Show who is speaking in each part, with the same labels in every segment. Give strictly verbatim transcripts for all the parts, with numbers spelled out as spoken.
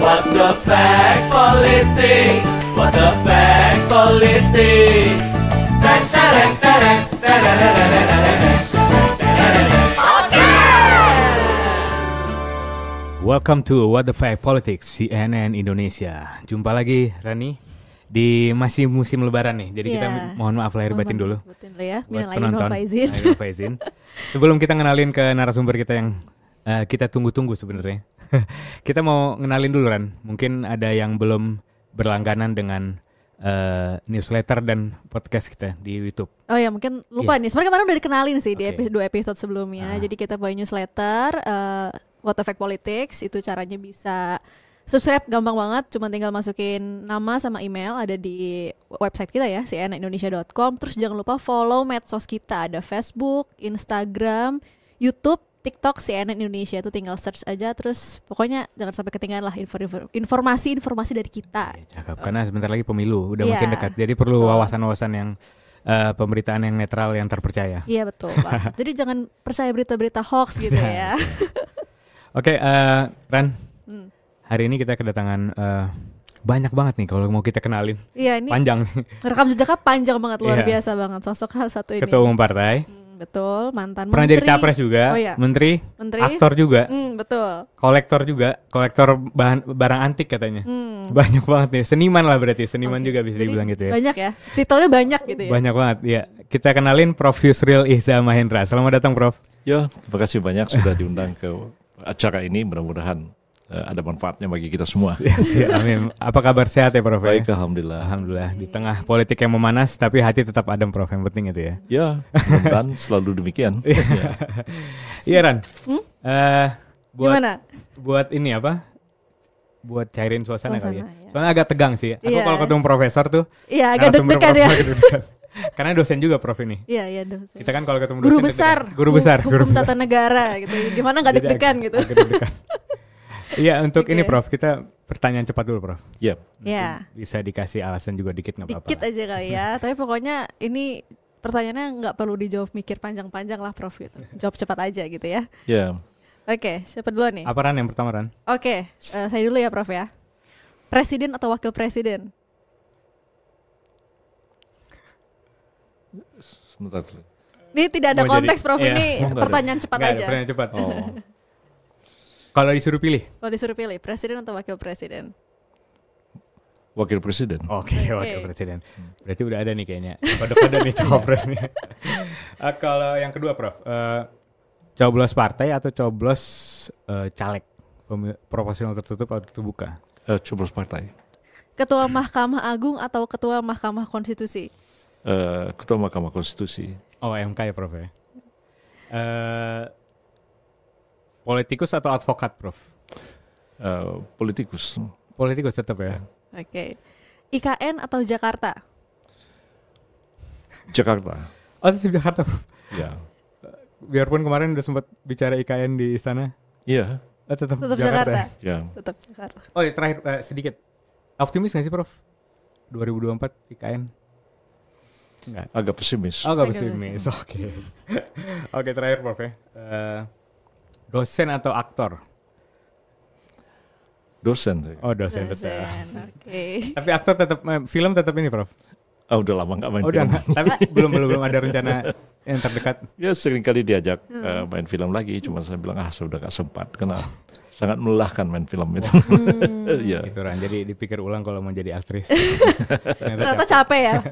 Speaker 1: What the fact politics? What the fact politics? Ta-ta-da, ta-da, ta-da-da-da-da-da-da.
Speaker 2: Welcome to What the Fact Politics C N N Indonesia. Jumpa lagi Rani di masih musim lebaran nih. Jadi yeah. kita mohon maaf lahir batin dulu.
Speaker 3: Batin dulu ya.
Speaker 2: Buat penonton. Faizin. Sebelum kita ngenalin ke narasumber kita yang uh, kita tunggu-tunggu sebenarnya. Kita mau ngenalin dulu Ran. Mungkin ada yang belum berlangganan dengan Uh, newsletter dan podcast kita di YouTube.
Speaker 3: Oh ya mungkin lupa yeah. nih. Sebenarnya kemarin udah dikenalin sih okay. di episode dua episode sebelumnya. Uh. Jadi kita punya newsletter uh, What the Fact Politics. Itu caranya bisa subscribe gampang banget. Cuma tinggal masukin nama sama email. Ada di website kita ya, c n n indonesia dot com. Terus jangan lupa follow medsos kita. Ada Facebook, Instagram, YouTube, TikTok C N N Indonesia. Itu tinggal search aja. Terus pokoknya jangan sampai ketinggalan lah informasi-informasi dari kita.
Speaker 2: Cakep, karena sebentar lagi pemilu udah yeah. makin dekat. Jadi perlu oh. wawasan-wawasan yang uh, pemberitaan yang netral, yang terpercaya.
Speaker 3: Iya betul Pak. Jadi jangan percaya berita-berita hoax gitu ya.
Speaker 2: Oke, okay, uh, Ran. Hmm. Hari ini kita kedatangan uh, banyak banget nih kalau mau kita kenalin.
Speaker 3: Iya, ini
Speaker 2: panjang.
Speaker 3: Rekam jejaknya panjang banget, luar yeah. biasa banget sosok hal satu ini.
Speaker 2: Ketua umum partai.
Speaker 3: Hmm. Betul, mantan
Speaker 2: pernah
Speaker 3: menteri.
Speaker 2: Jadi capres juga,
Speaker 3: oh, iya.
Speaker 2: menteri,
Speaker 3: menteri,
Speaker 2: aktor juga,
Speaker 3: mm, betul,
Speaker 2: kolektor juga, kolektor bahan barang antik katanya, mm. banyak banget nih, seniman lah berarti, seniman okay. juga bisa jadi dibilang gitu ya.
Speaker 3: Banyak ya, titelnya banyak gitu ya.
Speaker 2: Banyak banget, ya. Kita kenalin Prof Yusril Ihza Mahendra. Selamat datang Prof.
Speaker 4: Ya, terima kasih banyak sudah diundang ke acara ini. Mudah-mudahan uh, ada manfaatnya bagi kita semua.
Speaker 2: Amin. Apa kabar, sehat ya Prof?
Speaker 4: Baik, ya? Alhamdulillah.
Speaker 2: Alhamdulillah. Di tengah politik yang memanas, tapi hati tetap adem Prof. Yang penting itu ya.
Speaker 4: Ya, dan selalu demikian.
Speaker 2: Iya Ran. Hmm? Uh, buat,
Speaker 3: Gimana?
Speaker 2: Buat ini apa? Buat cairin suasana, suasana kali ya. ya. Soalnya agak tegang sih. Aku
Speaker 3: yeah.
Speaker 2: kalau ketemu profesor tuh.
Speaker 3: Iya, agak deg-degan ya.
Speaker 2: Karena dosen juga Prof ini.
Speaker 3: Iya, iya dosen.
Speaker 2: Kita kan kalau ketemu
Speaker 3: guru
Speaker 2: dosen
Speaker 3: besar,
Speaker 2: guru besar,
Speaker 3: hukum
Speaker 2: guru
Speaker 3: tata negara gitu. Gimana nggak deg-degan gitu.
Speaker 2: Iya, untuk
Speaker 3: okay.
Speaker 2: ini Prof, kita pertanyaan cepat dulu Prof.
Speaker 4: Iya.
Speaker 3: Yep. Yeah.
Speaker 2: Bisa dikasih alasan juga dikit nggak apa-apa.
Speaker 3: Dikit aja kali ya. Tapi pokoknya ini pertanyaannya nggak perlu dijawab mikir panjang-panjang lah Prof gitu. Jawab cepat aja gitu ya.
Speaker 4: Iya. Yeah.
Speaker 3: Oke, okay, siapa duluan nih?
Speaker 2: Apa Ran yang pertama Ran?
Speaker 3: Oke, okay, uh, saya dulu ya Prof ya. Presiden atau wakil presiden?
Speaker 4: Sebentar dulu.
Speaker 3: Ini tidak ada
Speaker 2: Mau
Speaker 3: konteks
Speaker 2: jadi,
Speaker 3: Prof,
Speaker 2: iya.
Speaker 3: ini pertanyaan cepat
Speaker 2: Nggak
Speaker 3: aja.
Speaker 2: Ada, pertanyaan cepat.
Speaker 4: Oh.
Speaker 2: Kalau disuruh pilih?
Speaker 3: Kalau disuruh pilih, presiden atau wakil presiden?
Speaker 4: Wakil presiden.
Speaker 2: Oke, okay, okay. wakil presiden. Berarti udah ada nih kayaknya. Kode-kode nih cawapres nih. uh, kalau yang kedua Prof, uh, coblos partai atau coblos uh, caleg? Proporsional tertutup atau terbuka?
Speaker 4: Uh, coblos partai.
Speaker 3: Ketua Mahkamah Agung atau Ketua Mahkamah Konstitusi?
Speaker 4: Uh, Ketua Mahkamah Konstitusi.
Speaker 2: Oh, M K ya Prof ya. Uh, politikus atau advokat Prof?
Speaker 4: Uh, politikus.
Speaker 2: Politikus tetap ya.
Speaker 3: Oke. Okay. I K N atau Jakarta?
Speaker 4: Jakarta.
Speaker 2: Oh, tetap Jakarta Prof.
Speaker 4: Ya.
Speaker 2: Biarpun kemarin udah sempat bicara I K N di istana.
Speaker 4: Iya.
Speaker 2: Oh, tetap,
Speaker 3: tetap
Speaker 2: Jakarta.
Speaker 3: Jakarta.
Speaker 4: Ya.
Speaker 3: Tetap Jakarta.
Speaker 2: Oh, ya, terakhir uh, sedikit. Optimis nggak sih Prof? dua ribu dua puluh empat I K N? Enggak.
Speaker 4: Agak pesimis.
Speaker 2: Oh, agak pesimis. Oke. Oke, okay, terakhir Prof ya. Uh, dosen atau aktor?
Speaker 4: Dosen.
Speaker 2: Oh, dosen, dosen.
Speaker 3: Oke. Okay.
Speaker 2: Tapi aktor tetap film tetap ini Prof.
Speaker 4: Ah, oh, udah lama nggak main
Speaker 2: oh,
Speaker 4: film.
Speaker 2: Udah tapi belum belum ada rencana yang terdekat. Ya
Speaker 4: sering kali diajak hmm. uh, main film lagi, cuma saya bilang ah sudah nggak sempat karena sangat melelahkan main film itu.
Speaker 2: Hmm. Ya. Gitu Ran. Jadi dipikir ulang kalau mau jadi aktris.
Speaker 3: Ternyata capek, capek ya.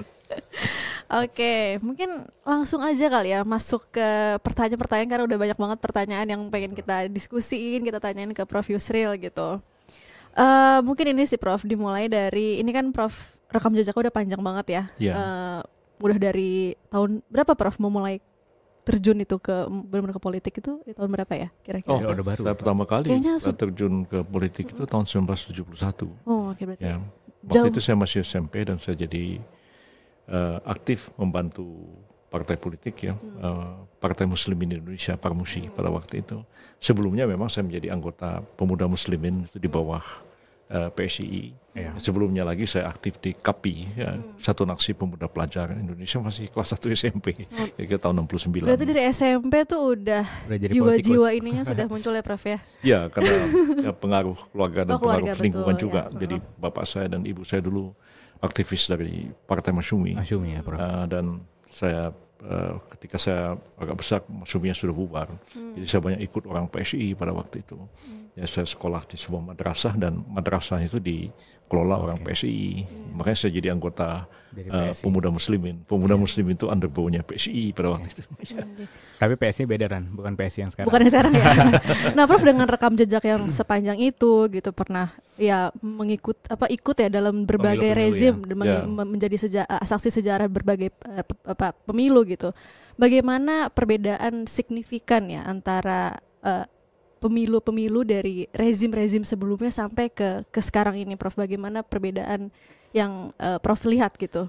Speaker 3: Oke, mungkin langsung aja kali ya masuk ke pertanyaan-pertanyaan karena udah banyak banget pertanyaan yang pengen kita diskusiin, kita tanyain ke Prof Yusril gitu. Uh, mungkin ini sih Prof, dimulai dari ini kan Prof rekam jejaknya udah panjang banget ya.
Speaker 4: Yeah.
Speaker 3: Uh, udah dari tahun berapa Prof memulai terjun itu ke benar-benar ke politik itu di tahun berapa ya kira-kira?
Speaker 4: Oh, ya, udah baru. Saya pertama kali su- terjun ke politik itu tahun sembilan belas tujuh puluh satu.
Speaker 3: Oh, oke okay, berarti.
Speaker 4: Ya. Waktu Jauh. itu saya masih S M P dan saya jadi uh, aktif membantu partai politik ya, hmm. uh, Partai Muslimin Indonesia Parmusi hmm. pada waktu itu. Sebelumnya memang saya menjadi anggota Pemuda Muslimin itu di bawah uh, P S I I.
Speaker 2: Ya.
Speaker 4: Sebelumnya lagi saya aktif di K P I, ya, Satu Naksi Pemuda Pelajar Indonesia, masih kelas satu S M P, ya, tahun enam puluh sembilan.
Speaker 3: Berarti dari S M P tuh udah,
Speaker 2: Udah jadi
Speaker 3: jiwa-jiwa ininya sudah muncul ya Prof ya?
Speaker 4: Ya, karena ya, pengaruh keluarga dan
Speaker 3: Oh, keluarga,
Speaker 4: pengaruh lingkungan
Speaker 3: betul,
Speaker 4: juga.
Speaker 3: ya.
Speaker 4: Jadi bapak saya dan ibu saya dulu aktivis dari Partai Masyumi.
Speaker 2: Masyumi ya Prof.
Speaker 4: Uh, dan saya uh, ketika saya agak besar, Masyuminya sudah bubar. Hmm. Jadi saya banyak ikut orang P S I I pada waktu itu. Hmm. Ya, saya sekolah di sebuah madrasah dan madrasah itu dikelola okay. orang P S I I. Hmm. Makanya saya jadi anggota uh, Pemuda Muslimin. Pemuda yeah. Muslimin itu under bawahnya P S I I pada waktu okay. itu.
Speaker 2: Tapi P S I I beda kan, bukan P S I I yang sekarang.
Speaker 3: Bukan yang sekarang ya. Nah, Prof, dengan rekam jejak yang sepanjang itu gitu, pernah ya mengikut apa ikut ya dalam berbagai
Speaker 2: pemilu,
Speaker 3: rezim
Speaker 2: ya.
Speaker 3: men-
Speaker 4: Yeah.
Speaker 3: menjadi seja- saksi sejarah berbagai uh, apa pemilu gitu. Bagaimana perbedaan signifikan ya antara uh, pemilu-pemilu dari rezim-rezim sebelumnya sampai ke ke sekarang ini, Prof? Bagaimana perbedaan yang uh, Prof lihat gitu?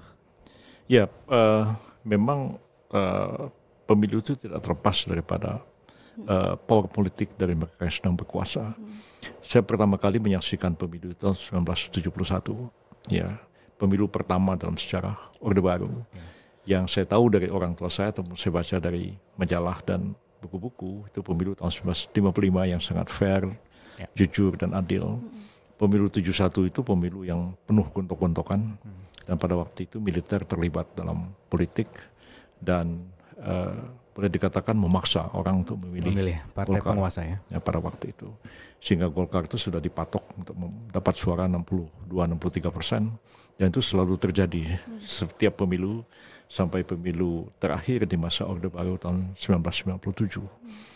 Speaker 4: Ya, uh, memang uh, pemilu itu tidak terlepas daripada uh, power politik dari mereka yang sedang berkuasa. Hmm. Saya pertama kali menyaksikan pemilu tahun sembilan belas tujuh puluh satu, ya, pemilu pertama dalam sejarah Orde Baru. Hmm. Yang saya tahu dari orang tua saya atau saya baca dari majalah dan buku-buku, itu pemilu tahun sembilan belas lima puluh lima yang sangat fair, ya. jujur dan adil. Pemilu tujuh puluh satu itu pemilu yang penuh gontok-gontokan, hmm. dan pada waktu itu militer terlibat dalam politik dan uh, boleh dikatakan memaksa orang untuk memilih,
Speaker 2: memilih partai
Speaker 4: Golkar,
Speaker 2: penguasa ya.
Speaker 4: ya pada waktu itu. Sehingga Golkar itu sudah dipatok untuk mendapat suara enam puluh dua sampai enam puluh tiga persen, dan itu selalu terjadi setiap pemilu sampai pemilu terakhir di masa Orde Baru tahun sembilan belas sembilan puluh tujuh.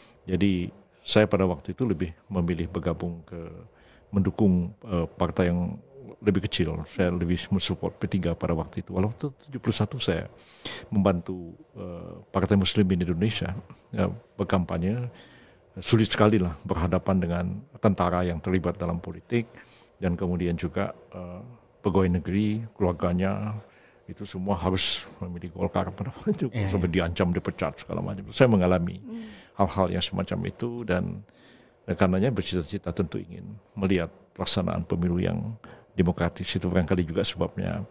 Speaker 4: Jadi saya pada waktu itu lebih memilih bergabung ke mendukung uh, partai yang lebih kecil. Saya lebih mensupport P tiga pada waktu itu. Walaupun tujuh puluh satu saya membantu uh, Partai Muslimin Indonesia ya, berkampanye. Sulit sekali lah berhadapan dengan tentara yang terlibat dalam politik, dan kemudian juga uh, pegawai negeri, keluarganya, itu semua harus memilih Golkar pada waktu itu, yeah, sampai yeah. diancam, dipecat segala macam. Saya mengalami mm. hal-hal yang semacam itu, dan, dan karenanya bercita-cita tentu ingin melihat pelaksanaan pemilu yang demokratis. Itu barangkali juga sebabnya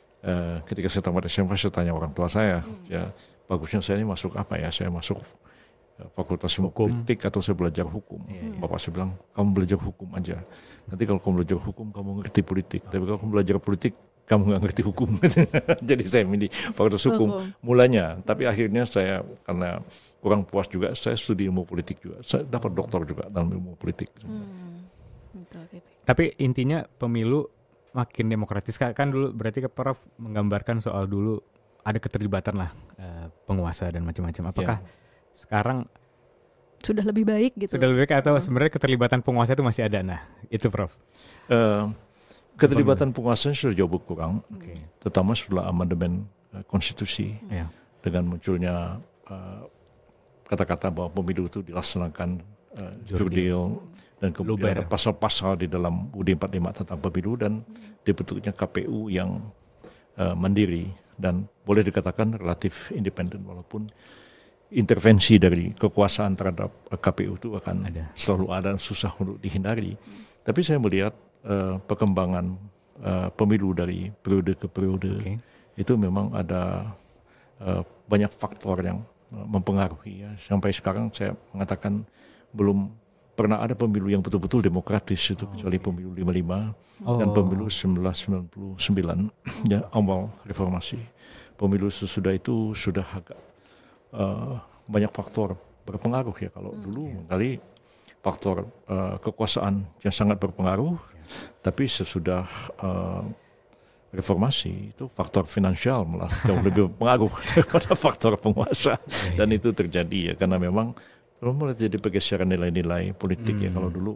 Speaker 4: uh, ketika saya tamat S M P saya tanya orang tua saya, mm. ya bagusnya saya ini masuk apa ya? Saya masuk uh, fakultas hukum politik atau saya belajar hukum. Yeah, yeah. Bapak saya bilang, kamu belajar hukum aja. Nanti kalau kamu belajar hukum kamu ngerti politik. Tapi kalau kamu belajar politik kamu nggak ngerti hukum. Jadi saya milih fakultas hukum oh, oh. mulanya. Tapi akhirnya saya karena kurang puas juga, saya studi ilmu politik juga. Saya dapat doktor juga dalam ilmu politik.
Speaker 3: Hmm.
Speaker 2: Tapi intinya pemilu makin demokratis. Kan dulu berarti Prof menggambarkan soal dulu ada keterlibatan lah eh, penguasa dan macam-macam. Apakah yeah. sekarang
Speaker 3: sudah lebih baik gitu? Sudah
Speaker 2: lebih baik atau hmm. sebenarnya keterlibatan penguasa itu masih ada? Nah, itu Prof. Uh,
Speaker 4: Keterlibatan penguasa sudah jauh berkurang,
Speaker 2: okay.
Speaker 4: terutama setelah amandemen uh, konstitusi
Speaker 2: yeah.
Speaker 4: dengan munculnya uh, kata-kata bahwa pemilu itu dilaksanakan uh, jurdil, dan kemudian ada pasal-pasal di dalam U U D empat puluh lima tentang pemilu, dan dibentuknya K P U yang uh, mandiri dan boleh dikatakan relatif independen, walaupun intervensi dari kekuasaan terhadap K P U itu akan ada. selalu ada, susah untuk dihindari. Tapi saya melihat Uh, perkembangan uh, pemilu dari periode ke periode okay. itu memang ada uh, banyak faktor yang uh, mempengaruhi ya. Sampai sekarang saya mengatakan belum pernah ada pemilu yang betul-betul demokratis itu, oh, kecuali okay. pemilu lima puluh lima oh. dan pemilu seribu sembilan ratus sembilan puluh sembilan ya, awal reformasi. Pemilu sesudah itu sudah agak uh, banyak faktor berpengaruh ya. Kalau hmm, dulu yeah. kali faktor uh, kekuasaan yang sangat berpengaruh. Tapi sesudah uh, reformasi itu faktor finansial malah jauh lebih berpengaruh daripada faktor penguasa, dan itu terjadi ya karena memang mulai terjadi pergeseran nilai-nilai politik hmm. ya. Kalau dulu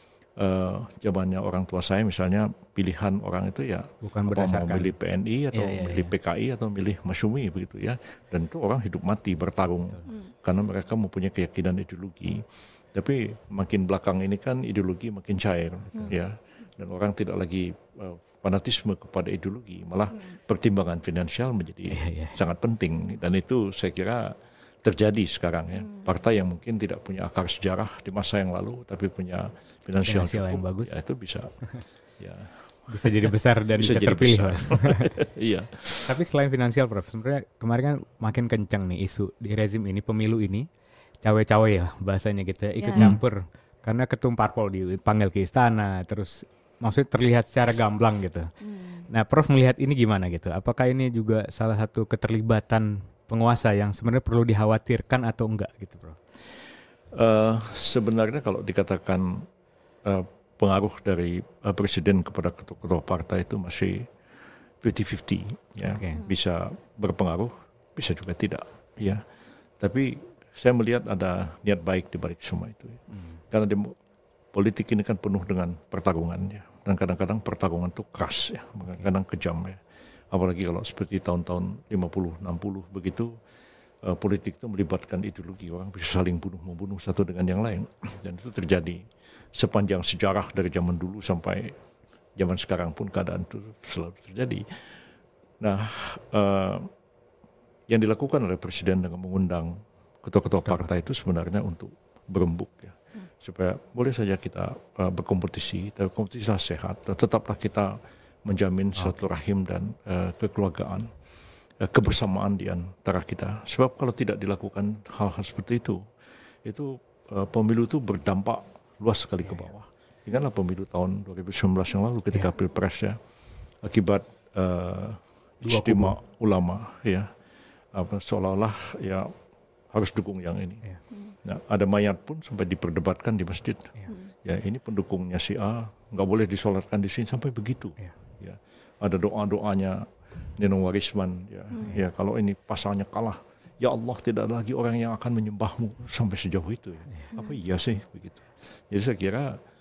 Speaker 4: uh, zamannya orang tua saya misalnya pilihan orang itu ya
Speaker 2: bukan
Speaker 4: apa, mau milih P N I atau
Speaker 2: ya, ya,
Speaker 4: milih
Speaker 2: ya.
Speaker 4: P K I atau milih Masyumi begitu ya, dan itu orang hidup mati bertarung hmm. karena mereka mempunyai keyakinan ideologi. Tapi makin belakang ini kan ideologi makin cair hmm. ya. Dan orang tidak lagi uh, fanatisme kepada ideologi, malah hmm. pertimbangan finansial menjadi yeah, yeah. sangat penting, dan itu saya kira terjadi sekarang ya. Hmm. Partai yang mungkin tidak punya akar sejarah di masa yang lalu, tapi punya finansial
Speaker 2: yang bagus,
Speaker 4: ya itu bisa Ya.
Speaker 2: Bisa jadi besar dan bisa,
Speaker 4: Bisa jadi
Speaker 2: terpilih.
Speaker 4: besar.
Speaker 2: Pak.
Speaker 4: Iya.
Speaker 2: Tapi selain finansial, Prof, sebenarnya kemarin kan makin kencang nih isu di rezim ini, pemilu ini, cawe-cawe ya bahasanya gitu ya, ikut
Speaker 3: Ya.
Speaker 2: campur. Karena ketum parpol dipanggil ke istana, terus maksudnya terlihat secara gamblang gitu.
Speaker 3: Hmm.
Speaker 2: Nah, Prof melihat ini gimana gitu? Apakah ini juga salah satu keterlibatan penguasa yang sebenarnya perlu dikhawatirkan atau enggak gitu, Prof?
Speaker 4: Uh, sebenarnya kalau dikatakan uh, pengaruh dari uh, presiden kepada ketua-ketua partai itu masih lima puluh lima puluh ya.
Speaker 2: Okay.
Speaker 4: Bisa berpengaruh, bisa juga tidak ya. Tapi saya melihat ada niat baik di balik semua itu. Ya. Hmm. Karena di, politik ini kan penuh dengan pertarungan ya. Dan kadang-kadang pertarungan itu keras ya, kadang-kadang kejam ya. Apalagi kalau seperti tahun-tahun lima puluh enam puluh begitu, uh, politik itu melibatkan ideologi, orang bisa saling bunuh-membunuh satu dengan yang lain. Dan itu terjadi sepanjang sejarah dari zaman dulu sampai zaman sekarang pun keadaan itu selalu terjadi. Nah, uh, yang dilakukan oleh presiden dengan mengundang ketua-ketua partai itu sebenarnya untuk berembuk ya, supaya boleh saja kita uh, berkompetisi, tapi kompetisi sehat, tetaplah kita menjamin satu rahim dan uh, kekeluargaan, uh, kebersamaan di antara kita. Sebab kalau tidak dilakukan hal-hal seperti itu, itu uh, pemilu itu berdampak luas sekali ke bawah. Ingatlah pemilu tahun dua ribu sembilan belas yang lalu ketika yeah. Pilpres ya, akibat uh, istimewa ulama ya, apa, seolah-olah ya harus dukung yang ini. Yeah. Nah, ada mayat pun sampai diperdebatkan di masjid. Yeah. Ya ini pendukungnya si A, nggak boleh disolatkan di sini sampai begitu. Yeah. Ya, ada doa-doanya Nino Warisman. Ya, hmm. ya kalau ini pasalnya kalah, ya Allah tidak ada lagi orang yang akan menyembahmu sampai sejauh itu. Ya. Yeah. Apa iya sih begitu? Jadi saya kira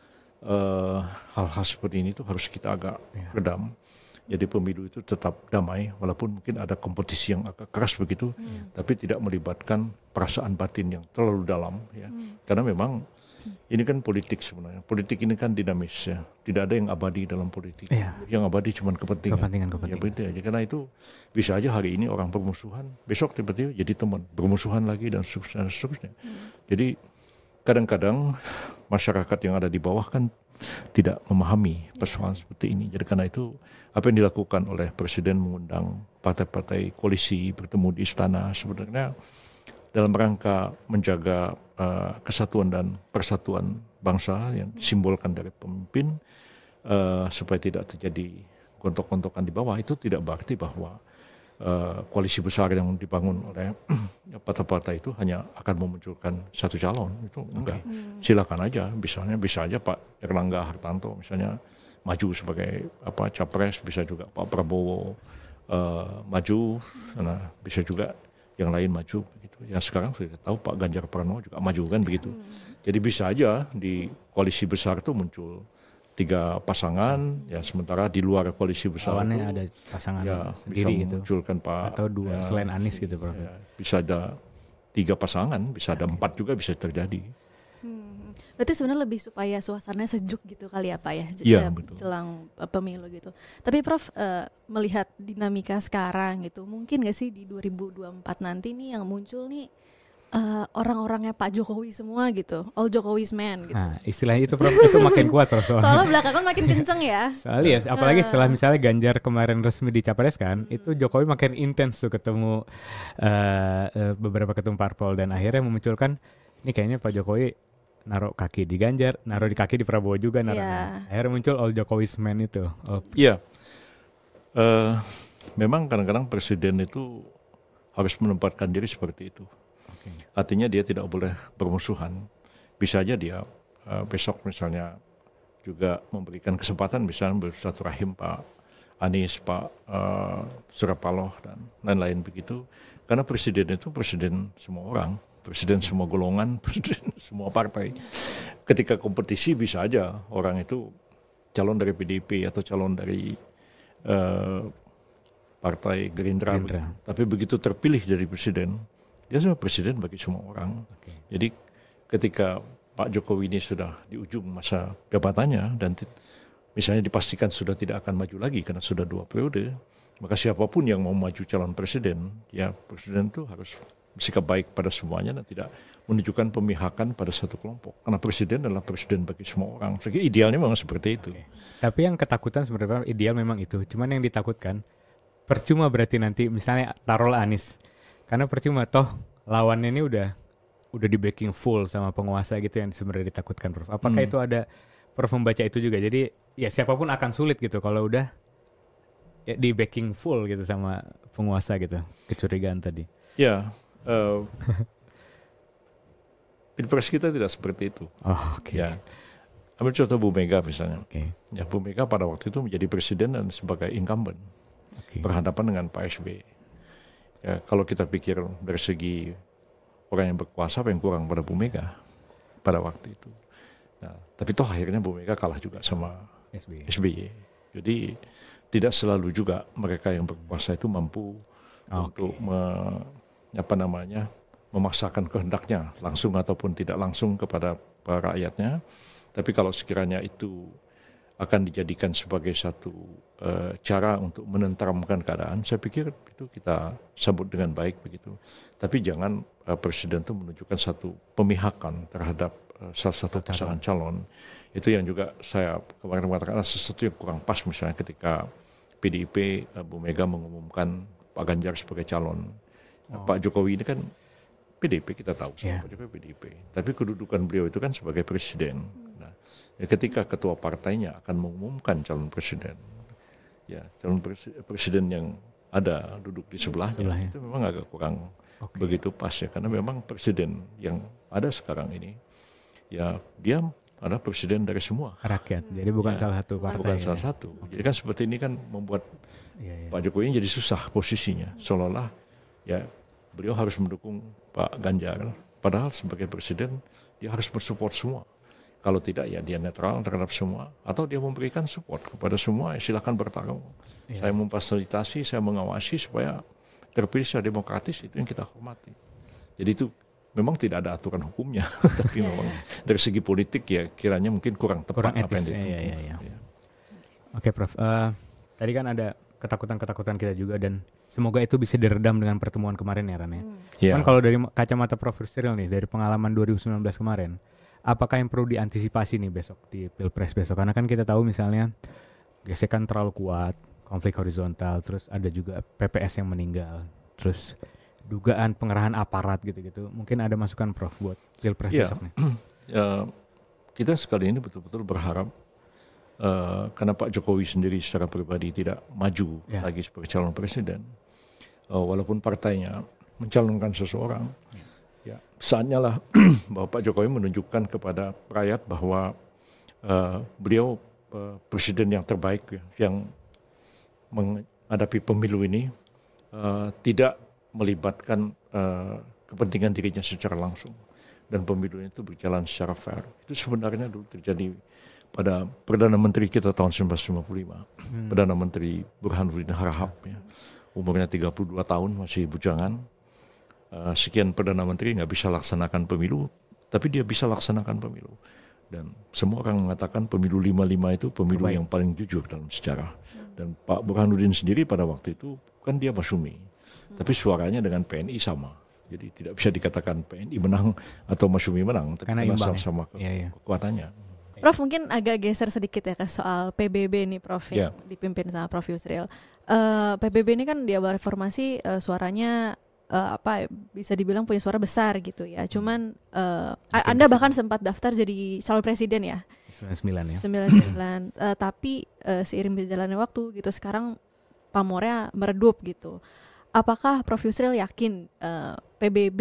Speaker 4: uh, hal-hal seperti ini tuh harus kita agak yeah. redam. Jadi pemilu itu tetap damai, walaupun mungkin ada kompetisi yang agak keras begitu, hmm. tapi tidak melibatkan perasaan batin yang terlalu dalam. Ya. Hmm. Karena memang ini kan politik sebenarnya. Politik ini kan dinamis ya. Tidak ada yang abadi dalam politik. Yeah. Yang abadi cuma kepentingan.
Speaker 2: Kepentingan-kepentingan.
Speaker 4: Ya, betul aja. Karena itu bisa aja hari ini orang bermusuhan, besok tiba-tiba jadi teman, bermusuhan lagi dan seterusnya. seterusnya. Hmm. Jadi kadang-kadang masyarakat yang ada di bawah kan tidak memahami persoalan seperti ini. Jadi karena itu apa yang dilakukan oleh Presiden mengundang partai-partai koalisi bertemu di istana sebenarnya dalam rangka menjaga uh, kesatuan dan persatuan bangsa yang disimbolkan dari pemimpin uh, supaya tidak terjadi gontok-gontokan di bawah. Itu tidak berarti bahwa Uh, koalisi besar yang dibangun oleh partai-partai itu hanya akan memunculkan satu calon. Itu enggak. Hmm. Silakan aja, misalnya bisa aja Pak Erlangga Hartanto misalnya maju sebagai apa capres, bisa juga Pak Prabowo uh, maju, nah bisa juga yang lain maju begitu. Ya sekarang sudah tahu Pak Ganjar Pranowo juga maju kan begitu. Hmm. Jadi bisa aja di koalisi besar itu muncul tiga pasangan, ya sementara di luar koalisi besar
Speaker 2: lawannya
Speaker 4: itu
Speaker 2: ada pasangan
Speaker 4: ya,
Speaker 2: sendiri
Speaker 4: bisa munculkan
Speaker 2: gitu.
Speaker 4: Pak
Speaker 2: Atau dua
Speaker 4: ya,
Speaker 2: selain Anies gitu, Prof.
Speaker 4: Ya, bisa ada tiga pasangan, bisa ada empat juga bisa terjadi.
Speaker 3: Hmm. Berarti sebenarnya lebih supaya suasananya sejuk gitu kali ya Pak ya,
Speaker 4: ya
Speaker 3: uh, jelang uh, pemilu gitu. Tapi Prof uh, melihat dinamika sekarang gitu, mungkin nggak sih di dua ribu dua puluh empat nanti nih yang muncul nih Uh, orang-orangnya Pak Jokowi semua gitu, all Jokowi's man gitu.
Speaker 2: Nah, istilahnya itu Prof, itu makin kuat Prof. Soalnya,
Speaker 3: soalnya belakangan makin kenceng ya.
Speaker 2: Soalnya ya, apalagi setelah misalnya Ganjar kemarin resmi dicapreskan, hmm. itu Jokowi makin intens tuh ketemu uh, uh, beberapa ketum parpol dan akhirnya memunculkan, ini kayaknya Pak Jokowi naruh kaki di Ganjar, naruh di kaki di Prabowo juga, naruh. Yeah. Akhirnya muncul all Jokowi's man itu.
Speaker 4: Iya, oh. uh, memang kadang-kadang presiden itu harus menempatkan diri seperti itu. Artinya dia tidak boleh bermusuhan. Bisa aja dia uh, besok misalnya juga memberikan kesempatan misalnya bersatu rahim Pak Anies, Pak uh, Surya Paloh dan lain-lain begitu. Karena presiden itu presiden semua orang, presiden semua golongan, presiden semua partai. Ketika kompetisi bisa aja orang itu calon dari P D I P atau calon dari uh, partai Gerindra. Gerindra. Tapi begitu terpilih jadi presiden, dia sudah presiden bagi semua orang. Okay. Jadi ketika Pak Jokowi ini sudah di ujung masa jabatannya dan t- misalnya dipastikan sudah tidak akan maju lagi karena sudah dua periode, maka siapapun yang mau maju calon presiden, ya presiden itu harus sikap baik pada semuanya dan tidak menunjukkan pemihakan pada satu kelompok. Karena presiden adalah presiden bagi semua orang. Jadi idealnya memang seperti itu.
Speaker 2: Okay. Tapi yang ketakutan sebenarnya ideal memang itu. Cuman yang ditakutkan percuma berarti nanti misalnya taruhlah Anies. Karena percuma toh lawannya ini udah udah di backing full sama penguasa gitu yang sebenarnya ditakutkan, Prof. Apakah hmm. itu ada Prof membaca itu juga? Jadi ya siapapun akan sulit gitu kalau udah ya, di backing full gitu sama penguasa gitu. Kecurigaan tadi.
Speaker 4: Ya, uh, Pilpres kita tidak seperti itu.
Speaker 2: Oh, oke. Okay.
Speaker 4: Ya. Ambil contoh Bu Mega misalnya.
Speaker 2: Okay.
Speaker 4: Ya, Bu Mega pada waktu itu menjadi presiden dan sebagai incumbent. Okay. Berhadapan dengan Pak S B. Ya, kalau kita pikir dari segi orang yang berkuasa apa yang kurang pada Bu Mega pada waktu itu. Nah, tapi toh akhirnya Bu Mega kalah juga sama S B Y. S B Y. Jadi tidak selalu juga mereka yang berkuasa itu mampu okay. untuk me, apa namanya memaksakan kehendaknya langsung ataupun tidak langsung kepada rakyatnya. Tapi kalau sekiranya itu akan dijadikan sebagai satu uh, cara untuk menenteramkan keadaan, saya pikir itu kita sambut dengan baik begitu. Tapi jangan uh, presiden itu menunjukkan satu pemihakan terhadap uh, salah satu pasangan calon. Itu yang juga saya kemarin mengatakan ada sesuatu yang kurang pas misalnya ketika P D I P uh, Bu Mega mengumumkan Pak Ganjar sebagai calon. Oh. Pak Jokowi ini kan P D I P kita tahu, yeah. Pak Jokowi P D I P. Tapi kedudukan beliau itu kan sebagai presiden. Ya, ketika ketua partainya akan mengumumkan calon presiden, ya calon presi- presiden yang ada duduk di sebelahnya, sebelahnya. Itu memang agak kurang okay. begitu pas ya, karena memang presiden yang ada sekarang ini, ya dia adalah presiden dari semua
Speaker 2: rakyat, jadi bukan ya, salah satu partai.
Speaker 4: Bukan
Speaker 2: ya.
Speaker 4: salah satu. Jadi kan seperti ini kan membuat ya, ya. Pak Jokowi jadi susah posisinya, seolah-olah ya beliau harus mendukung Pak Ganjar, padahal sebagai presiden dia harus bersupport semua. Kalau tidak ya dia netral terhadap semua, atau dia memberikan support kepada semua, ya silakan bertarung. Ya. Saya memfasilitasi, saya mengawasi supaya terpilih secara demokratis, itu yang kita hormati. Jadi itu memang tidak ada aturan hukumnya, tapi memang dari segi politik ya kiranya mungkin kurang tepat
Speaker 2: kurang
Speaker 4: apa yang
Speaker 2: ditempuh. Ya, ya, ya.
Speaker 4: Ya.
Speaker 2: Oke, Prof. Uh, tadi kan ada ketakutan-ketakutan kita juga dan semoga itu bisa diredam dengan pertemuan kemarin ya, Ran ya. Hmm.
Speaker 4: Ya.
Speaker 2: Kan kalau dari kacamata Prof Yusril nih, dari pengalaman dua ribu sembilan belas kemarin, apakah yang perlu diantisipasi nih besok di Pilpres besok? Karena kan kita tahu misalnya gesekan terlalu kuat, konflik horizontal, terus ada juga P P S yang meninggal, terus dugaan pengerahan aparat gitu-gitu. Mungkin ada masukan Prof buat Pilpres ya. besok nih.
Speaker 4: Ya, kita sekali ini betul-betul berharap uh, karena Pak Jokowi sendiri secara pribadi tidak maju ya. lagi sebagai calon presiden, uh, walaupun partainya mencalonkan seseorang. Ya. Ya, saatnya lah bahwa Pak Jokowi menunjukkan kepada rakyat bahwa uh, beliau uh, presiden yang terbaik ya, yang menghadapi pemilu ini uh, tidak melibatkan uh, kepentingan dirinya secara langsung dan pemilu itu berjalan secara fair. Itu sebenarnya dulu terjadi pada Perdana Menteri kita tahun seribu sembilan ratus lima puluh lima, hmm. Perdana Menteri Burhanuddin Harahap ya, umurnya tiga puluh dua tahun, masih bujangan. Uh, sekian Perdana Menteri nggak bisa laksanakan pemilu, tapi dia bisa laksanakan pemilu. Dan semua orang mengatakan pemilu lima puluh lima itu pemilu Baik. yang paling jujur dalam sejarah. Dan Pak Burhanuddin sendiri pada waktu itu kan dia masyumi, hmm. tapi suaranya dengan P N I sama. Jadi tidak bisa dikatakan P N I menang atau masyumi menang, tapi karena sama-sama ke- ya, ya. kekuatannya.
Speaker 3: Prof mungkin agak geser sedikit ya ke soal P B B nih Prof yang yeah. dipimpin sama Prof Yusril. Uh, P B B ini kan di awal reformasi uh, suaranya Uh, apa bisa dibilang punya suara besar gitu ya. Cuman uh, Anda bahkan sempat daftar jadi calon presiden ya.
Speaker 2: sembilan puluh sembilan ya.
Speaker 3: sembilan puluh sembilan uh, tapi uh, seiring berjalannya waktu gitu sekarang pamornya meredup gitu. Apakah Prof Yusril yakin uh, P B B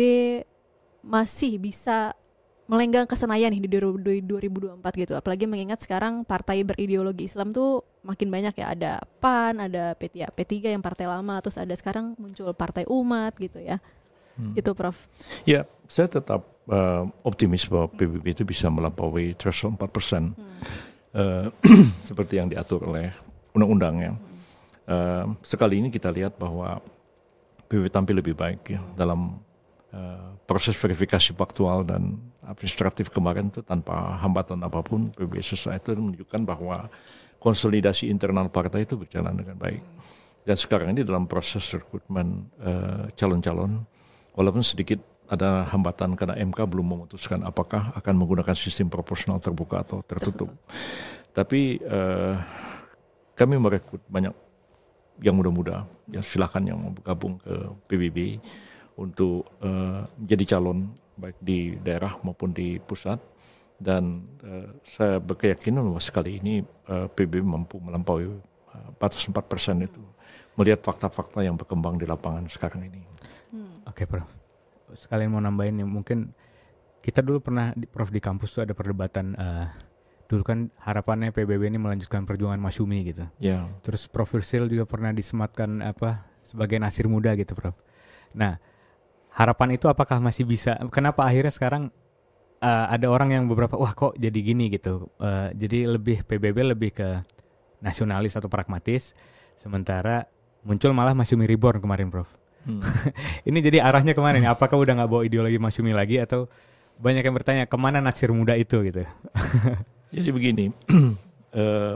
Speaker 3: masih bisa melenggang ke Senayan nih di dua ribu dua puluh empat gitu? Apalagi mengingat sekarang partai berideologi Islam tuh makin banyak ya, ada P A N, ada P tiga yang partai lama, terus ada sekarang muncul Partai Umat gitu ya. Hmm. Gitu Prof.
Speaker 4: Ya, saya tetap uh, optimis bahwa P B B itu bisa melampaui threshold empat persen hmm. uh, seperti yang diatur oleh undang-undang ya. Hmm. Uh, sekali ini kita lihat bahwa P B B tampil lebih baik ya dalam uh, proses verifikasi faktual dan administratif kemarin itu tanpa hambatan apapun. P B B selesai itu menunjukkan bahwa konsolidasi internal partai itu berjalan dengan baik. Dan sekarang ini dalam proses rekrutmen uh, calon-calon walaupun sedikit ada hambatan karena M K belum memutuskan apakah akan menggunakan sistem proporsional terbuka atau tertutup. Tapi uh, kami merekrut banyak yang muda-muda, ya silakan yang mau bergabung ke P B B untuk uh, menjadi calon baik di daerah maupun di pusat. Dan uh, saya berkeyakinan bahwa sekali ini uh, P B B mampu melampaui uh, batas empat persen itu, melihat fakta-fakta yang berkembang di lapangan sekarang ini.
Speaker 3: Hmm.
Speaker 2: Oke, Prof. Sekalian mau nambahin nih, mungkin kita dulu pernah di, Prof di kampus tuh ada perdebatan uh, dulu kan harapannya P B B ini melanjutkan perjuangan Masyumi gitu.
Speaker 4: Ya.
Speaker 2: Terus Prof Yusril juga pernah disematkan apa sebagai nasir muda gitu, Prof. Nah, harapan itu apakah masih bisa? Kenapa akhirnya sekarang uh, ada orang yang beberapa wah kok jadi gini gitu. Uh, jadi lebih P B B lebih ke nasionalis atau pragmatis, sementara muncul malah Masyumi Reborn kemarin, Prof. Hmm. Ini jadi arahnya kemana nih? Apakah udah nggak bawa ideologi Masyumi lagi atau banyak yang bertanya kemana nasir muda itu gitu?
Speaker 4: Jadi begini, uh,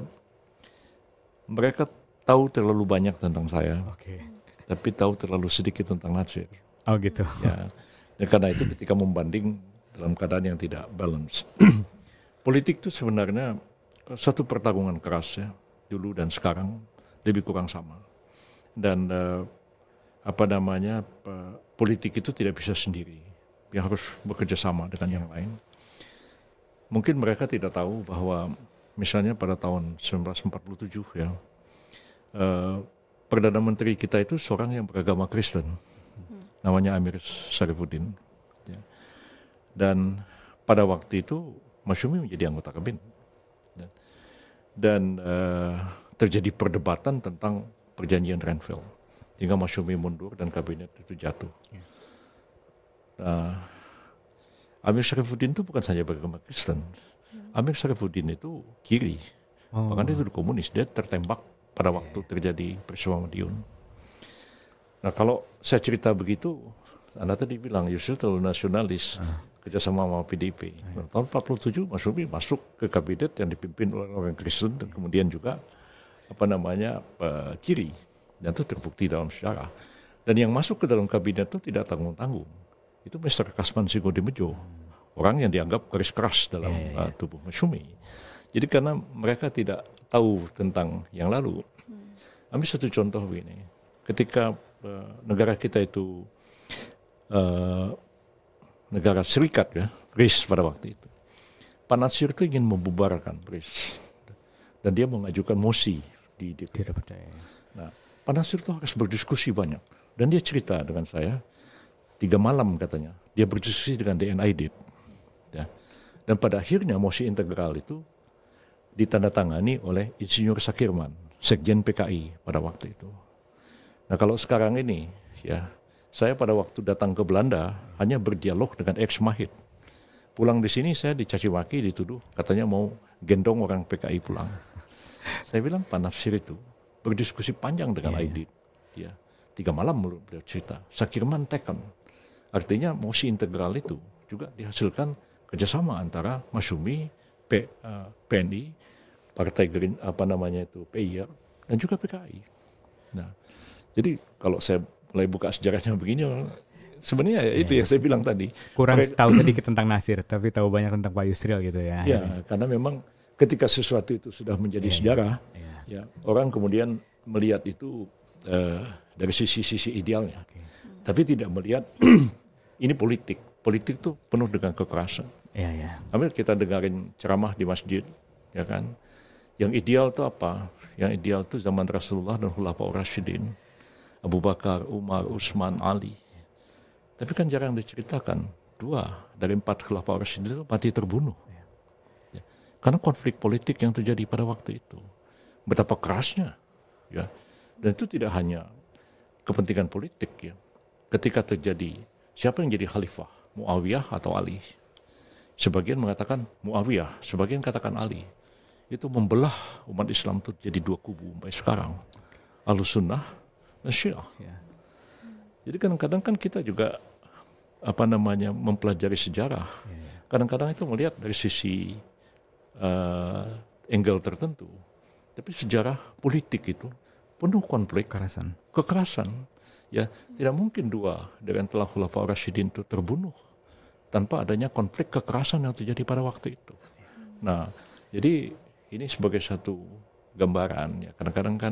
Speaker 4: mereka tahu terlalu banyak tentang saya,
Speaker 2: okay.
Speaker 4: tapi tahu terlalu sedikit tentang nasir.
Speaker 2: Oh gitu.
Speaker 4: Ya, dan karena itu ketika membanding dalam keadaan yang tidak balance, politik itu sebenarnya satu pertarungan keras ya, dulu dan sekarang lebih kurang sama. Dan uh, apa namanya politik itu tidak bisa sendiri, yang harus bekerja sama dengan yang lain. Mungkin mereka tidak tahu bahwa misalnya pada tahun seribu sembilan ratus empat puluh tujuh ya, eh, Perdana Menteri kita itu seorang yang beragama Kristen, namanya Amir Syarifuddin. Ya. Dan pada waktu itu Masyumi menjadi anggota kabinet. Dan, dan eh, terjadi perdebatan tentang perjanjian Renville. Hingga Masyumi mundur dan kabinet itu jatuh. Ya. Nah, Amir Syarifuddin itu bukan saja beragama Kristen. Amir Syarifuddin itu kiri. Oh. Bahkan dia itu komunis. Dia tertembak pada waktu terjadi peristiwa Madiun. Nah kalau saya cerita begitu, Anda tadi bilang Yusril terlalu nasionalis, uh. kerjasama sama P D I P. Nah, tahun empat puluh tujuh Masyumi masuk ke kabinet yang dipimpin oleh orang Kristen dan kemudian juga apa namanya uh, kiri. Dan itu terbukti dalam sejarah. Dan yang masuk ke dalam kabinet itu tidak tanggung-tanggung. Itu mister Kasman Singodemejo, orang yang dianggap garis keras dalam yeah, yeah. Uh, tubuh Masyumi. Jadi karena mereka tidak tahu tentang yang lalu. Ambil satu contoh begini. Ketika uh, negara kita itu uh, negara serikat ya, B R I S pada waktu itu. Pak Nasir itu ingin membubarkan B R I S. Dan dia mengajukan mosi di D P R. Tidak percaya. Nah, Pak Nasir itu harus berdiskusi banyak. Dan dia cerita dengan saya, tiga malam katanya, dia berdiskusi dengan D N I D I T. Ya. Dan pada akhirnya mosi integral itu ditandatangani oleh Insinyur Sakirman, Sekjen P K I pada waktu itu. Nah kalau sekarang ini, ya saya pada waktu datang ke Belanda hanya berdialog dengan ex Mahid. Pulang di sini saya dicaci maki, dituduh katanya mau gendong orang P K I pulang. Saya bilang Pak Nasir itu berdiskusi panjang dengan yeah. I D I T. Ya, tiga malam beliau cerita. Sakirman teken. Artinya mosi integral itu juga dihasilkan kerjasama antara Masyumi, P, uh, P N I, Partai Green, apa namanya itu P I R, dan juga P K I. Nah, jadi kalau saya mulai buka sejarahnya begini, sebenarnya ya itu yang saya bilang tadi.
Speaker 2: Kurang
Speaker 4: Mereka,
Speaker 2: tahu sedikit tentang Nasir, tapi tahu banyak tentang Pak Yusril gitu ya.
Speaker 4: Ya, karena memang ketika sesuatu itu sudah menjadi yeah, sejarah, yeah. ya orang kemudian melihat itu uh, dari sisi-sisi idealnya, okay. tapi tidak melihat ini politik. Politik itu penuh dengan kekerasan.
Speaker 2: Yeah, yeah.
Speaker 4: Ambil kita dengarin ceramah di masjid, ya kan? Yang ideal itu apa? Yang ideal itu zaman Rasulullah dan Khulafaur Rasyidin, Abu Bakar, Umar, Utsman, Ali. Tapi kan jarang diceritakan dua dari empat Khulafaur Rasyidin itu mati terbunuh. Ya. Karena konflik politik yang terjadi pada waktu itu. Betapa kerasnya. Ya. Dan itu tidak hanya kepentingan politik. Ya. Ketika terjadi, siapa yang jadi khalifah? Muawiyah atau Ali? Sebagian mengatakan Muawiyah, sebagian katakan Ali. Itu membelah umat Islam itu jadi dua kubu sampai sekarang. Ahlussunnah dan Syiah. Ya. Jadi kadang-kadang kan kita juga apa namanya mempelajari sejarah. Ya, ya. Kadang-kadang itu melihat dari sisi uh, angle tertentu. Tapi sejarah politik itu penuh konflik,
Speaker 2: Kekerasan.
Speaker 4: kekerasan. Ya, tidak mungkin dua dari antara Khulafaur Rasyidin itu terbunuh tanpa adanya konflik kekerasan yang terjadi pada waktu itu. Nah, jadi ini sebagai satu gambaran ya. Kadang-kadang kan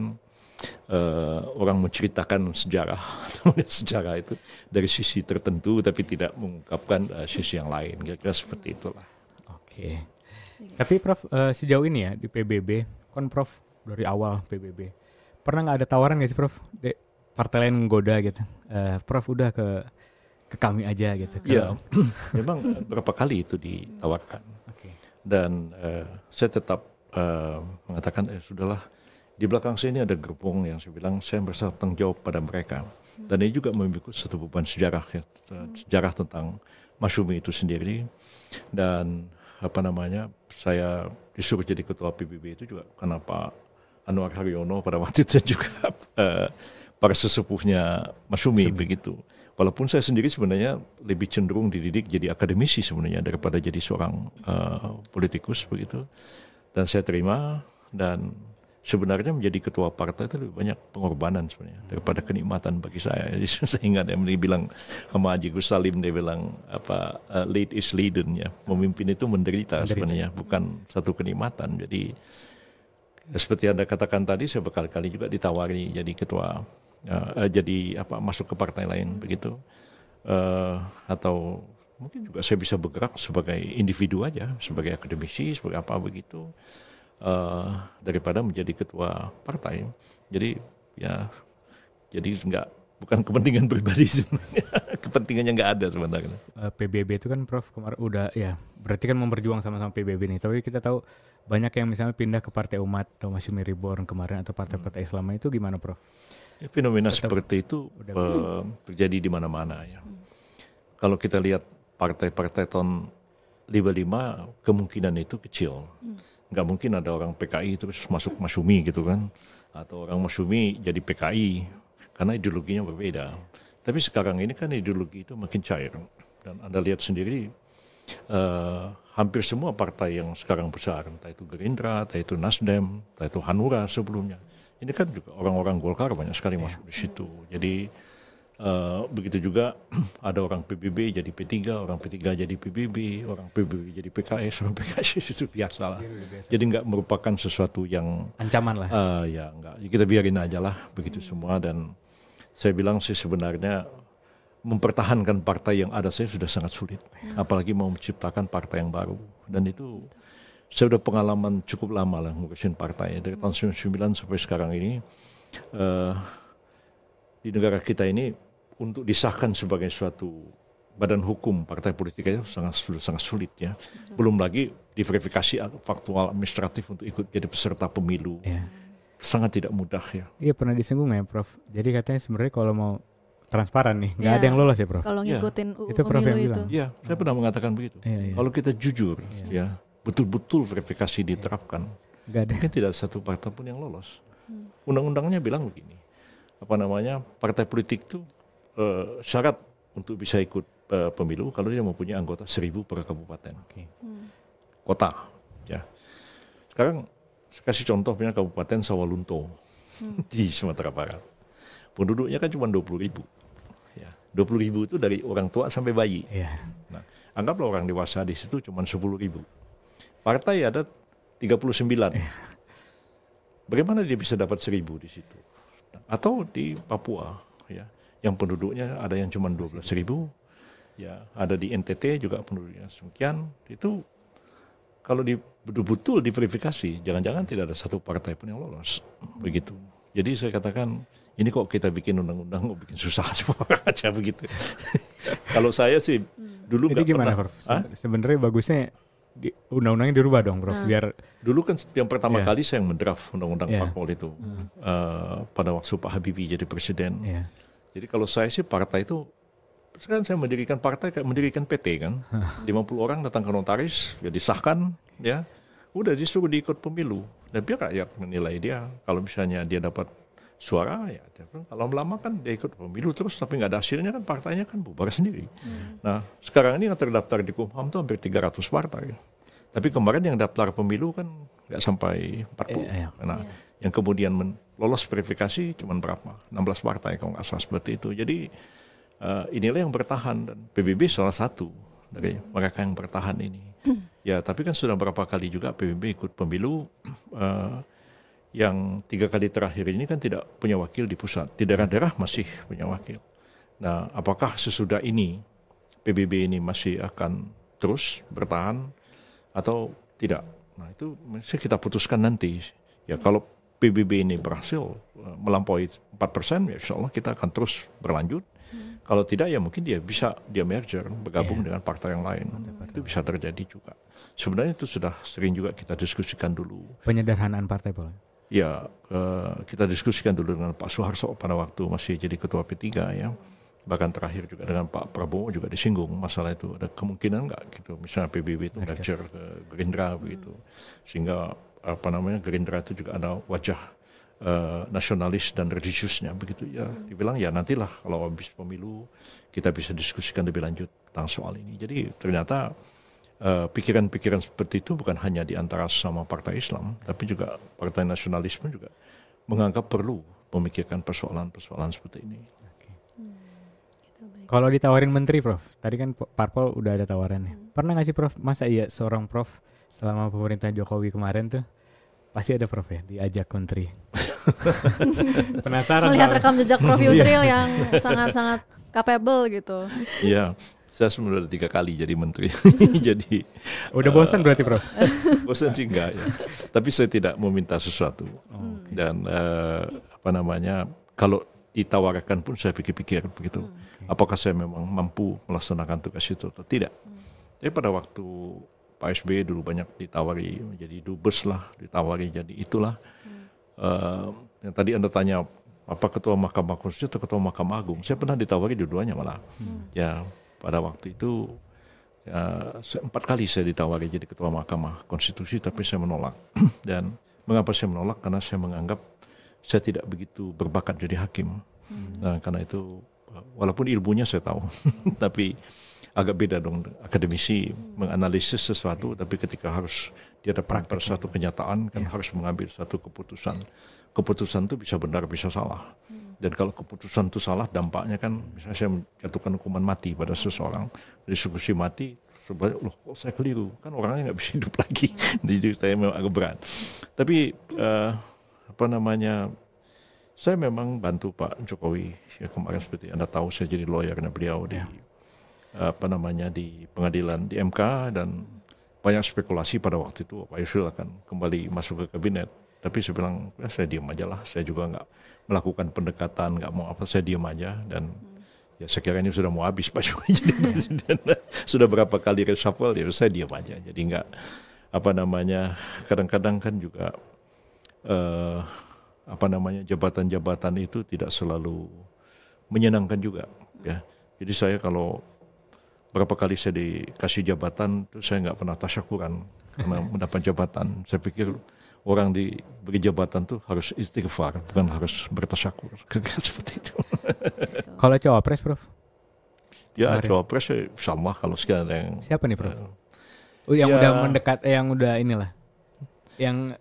Speaker 4: uh, orang menceritakan sejarah, sejarah itu dari sisi tertentu, tapi tidak mengungkapkan uh, sisi yang lain. Kira-kira seperti itulah.
Speaker 2: Oke. Tapi Prof uh, sejauh ini ya di P B B, kan Prof dari awal P B B pernah nggak ada tawaran nggak sih Prof? De, partai lain menggoda gitu. Uh, Prof udah ke ke kami aja gitu.
Speaker 4: Iya, memang berapa kali itu ditawarkan.
Speaker 2: Oke.
Speaker 4: Dan uh, saya tetap uh, mengatakan eh sudahlah, di belakang saya ini ada gerbong yang saya bilang saya merasa tanggung jawab pada mereka. Dan ini juga memikul satu beban sejarah ya, sejarah tentang Masyumi itu sendiri. Dan apa namanya, saya disuruh jadi ketua P B B itu juga karena Pak Anwar Haryono pada waktu itu juga uh, para sesepuhnya Masyumi begitu. Walaupun saya sendiri sebenarnya lebih cenderung dididik jadi akademisi sebenarnya daripada jadi seorang uh, politikus begitu. Dan saya terima, dan sebenarnya menjadi ketua partai itu lebih banyak pengorbanan sebenarnya daripada kenikmatan bagi saya. Jadi saya ingat yang dia bilang sama Haji Gus Salim, dia bilang apa uh, lead is leaden ya, memimpin itu menderita, menderita sebenarnya, bukan satu kenikmatan. Jadi ya, seperti Anda katakan tadi, saya berkali-kali juga ditawari jadi ketua, uh, uh, jadi apa masuk ke partai lain begitu, uh, atau mungkin juga saya bisa bergerak sebagai individu aja, sebagai akademisi, sebagai apa begitu. Uh, daripada menjadi ketua partai. Jadi ya, jadi nggak, bukan kepentingan pribadi sebenarnya, kepentingannya nggak ada sebenarnya.
Speaker 2: Uh, P B B itu kan Prof kemarin udah ya, berarti kan memperjuang sama-sama P B B nih. Tapi kita tahu banyak yang misalnya pindah ke Partai Umat atau Masyumi Reborn kemarin atau partai-partai Islam itu gimana Prof?
Speaker 4: Ya, fenomena
Speaker 2: Tetap
Speaker 4: seperti itu uh, terjadi di mana-mana ya. Kalau kita lihat partai-partai tahun lima puluh lima, kemungkinan itu kecil. Nggak mungkin ada orang P K I terus masuk Masyumi gitu kan, atau orang Masyumi jadi P K I, karena ideologinya berbeda. Tapi sekarang ini kan ideologi itu makin cair, dan Anda lihat sendiri uh, hampir semua partai yang sekarang besar, entah itu Gerindra, entah itu Nasdem, entah itu Hanura sebelumnya, ini kan juga orang-orang Golkar banyak sekali masuk di situ. Jadi Uh, begitu juga ada orang P B B jadi P tiga, orang P tiga jadi P B B, orang P B B jadi P K S, orang P K S itu biasa lah. Jadi nggak merupakan sesuatu yang
Speaker 2: ancaman lah.
Speaker 4: Uh, ya nggak, kita biarin aja lah begitu hmm. semua. Dan saya bilang sih sebenarnya mempertahankan partai yang ada saya sudah sangat sulit, hmm. apalagi mau menciptakan partai yang baru. Dan itu saya udah pengalaman cukup lama lah ngurusin partai dari tahun sembilan puluh sembilan sampai sekarang ini. Uh, di negara kita ini untuk disahkan sebagai suatu badan hukum partai politik itu sangat sangat sulit ya. Belum lagi diverifikasi faktual administratif untuk ikut jadi peserta pemilu. Ya. Sangat tidak mudah ya.
Speaker 2: Iya, pernah disinggung ya Prof. Jadi katanya sebenarnya kalau mau transparan nih, nggak ya, ada yang lolos ya Prof.
Speaker 3: Kalau ngikutin
Speaker 2: ya. U U itu Prof yang bilang.
Speaker 4: Iya, saya pernah mengatakan begitu. Ya, ya. Kalau kita jujur ya, ya betul-betul verifikasi diterapkan, ya. Mungkin tidak satu partai pun yang lolos. Hmm. Undang-undangnya bilang begini. Apa namanya, partai politik itu uh, syarat untuk bisa ikut uh, pemilu kalau dia mempunyai anggota seribu per kabupaten, okay. hmm. kota. Ya. Sekarang saya kasih contoh punya Kabupaten Sawalunto hmm. di Sumatera Barat. Penduduknya kan cuma dua puluh ribu. Ya. dua puluh ribu itu dari orang tua sampai bayi. Yeah. Nah, anggaplah orang dewasa di situ cuma sepuluh ribu. Partai ada tiga puluh sembilan. Yeah. Bagaimana dia bisa dapat seribu di situ? Atau di Papua, ya, yang penduduknya ada yang cuma dua belas ribu, ya, ada di N T T juga penduduknya sekian. Itu kalau di, betul-betul diverifikasi, jangan-jangan tidak ada satu partai pun yang lolos, begitu. Jadi saya katakan, ini kok kita bikin undang-undang, kok bikin susah semua aja begitu. Kalau saya sih dulu nggak pernah. Prof?
Speaker 2: Sebenarnya bagusnya di, undang-undangnya dirubah dong, Prof. Hmm. Biar
Speaker 4: dulu kan yang pertama yeah. kali saya yang mendraft undang-undang yeah. parpol itu hmm. uh, pada waktu Pak Habibie jadi presiden. Yeah. Jadi kalau saya sih partai itu, sekarang saya mendirikan partai kayak mendirikan P T kan, lima puluh orang datang ke notaris, ya disahkan, ya, udah disuruh diikut pemilu, dan biar rakyat menilai dia. Kalau misalnya dia dapat suara, ya, kalau lama kan dia ikut pemilu terus, tapi nggak ada hasilnya kan partainya kan bubar sendiri. Hmm. Nah, sekarang ini yang terdaftar di Kumham itu hampir tiga ratus partai. Tapi kemarin yang daftar pemilu kan nggak sampai empat puluh. Eh, eh, nah, eh. yang kemudian men- lolos verifikasi cuma berapa? enam belas partai kalau nggak salah seperti itu. Jadi uh, inilah yang bertahan dan P B B salah satu dari mereka yang bertahan ini. Ya, tapi kan sudah berapa kali juga P B B ikut pemilu uh, yang tiga kali terakhir ini kan tidak punya wakil di pusat. Di daerah-daerah masih punya wakil. Nah, apakah sesudah ini P B B ini masih akan terus bertahan atau tidak? Nah, itu mesti kita putuskan nanti. Ya, kalau P B B ini berhasil uh, melampaui empat persen, ya insya Allah kita akan terus berlanjut. Hmm. Kalau tidak, ya mungkin dia bisa dia merger, bergabung yeah. dengan partai yang lain. Hmm. Itu bisa terjadi juga. Sebenarnya itu sudah sering juga kita diskusikan dulu.
Speaker 2: Penyederhanaan partai, Pak?
Speaker 4: Ya, uh, kita diskusikan dulu dengan Pak Soeharto pada waktu masih jadi ketua P tiga ya. Bahkan terakhir juga dengan Pak Prabowo juga disinggung masalah itu. Ada kemungkinan nggak gitu, misalnya P B B itu merger ke Gerindra begitu. Sehingga apa namanya Gerindra itu juga ada wajah uh, nasionalis dan religiusnya begitu ya. Dibilang ya nantilah kalau habis pemilu kita bisa diskusikan lebih lanjut tentang soal ini. Jadi ternyata uh, pikiran-pikiran seperti itu bukan hanya di antara sama partai Islam, tapi juga partai nasionalisme juga menganggap perlu memikirkan persoalan-persoalan seperti ini.
Speaker 2: Kalau ditawarin menteri, Prof, tadi kan Parpol udah ada tawarannya. Pernah nggak sih, Prof? Masa iya seorang Prof selama pemerintahan Jokowi kemarin tuh pasti ada, Prof, ya diajak menteri. Penasaran.
Speaker 3: Melihat rekam jejak Prof Yusril yang sangat-sangat capable gitu.
Speaker 4: Iya, saya sebenarnya tiga kali jadi menteri. Jadi
Speaker 2: udah bosan uh, berarti, Prof?
Speaker 4: Bosan sih enggak ya. Tapi saya tidak meminta sesuatu. Oh, okay. Dan uh, apa namanya kalau ditawarkan pun saya pikir-pikir begitu. Hmm. Apakah saya memang mampu melaksanakan tugas itu atau tidak. Hmm. Tapi pada waktu Pak S B Y dulu banyak ditawari menjadi dubes lah, ditawari jadi itulah. Hmm. Uh, yang tadi Anda tanya apa ketua Mahkamah Konstitusi atau ketua Mahkamah Agung. Saya pernah ditawari dua-duanya malah. Hmm. Ya pada waktu itu ya, empat kali saya ditawari jadi ketua Mahkamah Konstitusi tapi saya menolak. Dan mengapa saya menolak? Karena saya menganggap saya tidak begitu berbakat jadi hakim. Hmm. Nah, karena itu walaupun ilmunya saya tahu, tapi agak beda dong akademisi hmm. menganalisis sesuatu, tapi ketika harus dihadapkan pada suatu kenyataan kan yeah. harus mengambil satu keputusan. Keputusan itu bisa benar bisa salah. Hmm. Dan kalau keputusan itu salah, dampaknya kan misalnya saya menjatuhkan hukuman mati pada seseorang, dieksekusi mati, sebenarnya loh kok saya keliru, kan orangnya nggak bisa hidup lagi. Hmm. Jadi saya memang agak berat. Tapi uh, apa namanya? Saya memang bantu Pak Jokowi ya, kemarin seperti Anda tahu saya jadi lawyernya beliau di ya. apa namanya di pengadilan di M K dan banyak spekulasi pada waktu itu Pak Yusril akan kembali masuk ke kabinet. Tapi saya bilang ya, saya diam aja lah. Saya juga nggak melakukan pendekatan, nggak mau apa, saya diam aja dan hmm. ya saya kira ini sudah mau habis Pak Jokowi jadi presiden. Sudah berapa kali reshuffle ya saya diam aja. Jadi nggak apa namanya kadang-kadang kan juga uh, apa namanya jabatan-jabatan itu tidak selalu menyenangkan juga ya. Jadi saya kalau berapa kali saya dikasih jabatan itu saya nggak pernah tasyakuran karena mendapat jabatan. Saya pikir orang diberi jabatan tuh harus istighfar bukan harus bertasyakur. Seperti itu.
Speaker 2: Kalau cawapres, Prof?
Speaker 4: Ya cawapres sama kalau sekarang yang
Speaker 2: siapa nih, Prof? Uh, oh, yang ya, udah mendekat, yang udah inilah, yang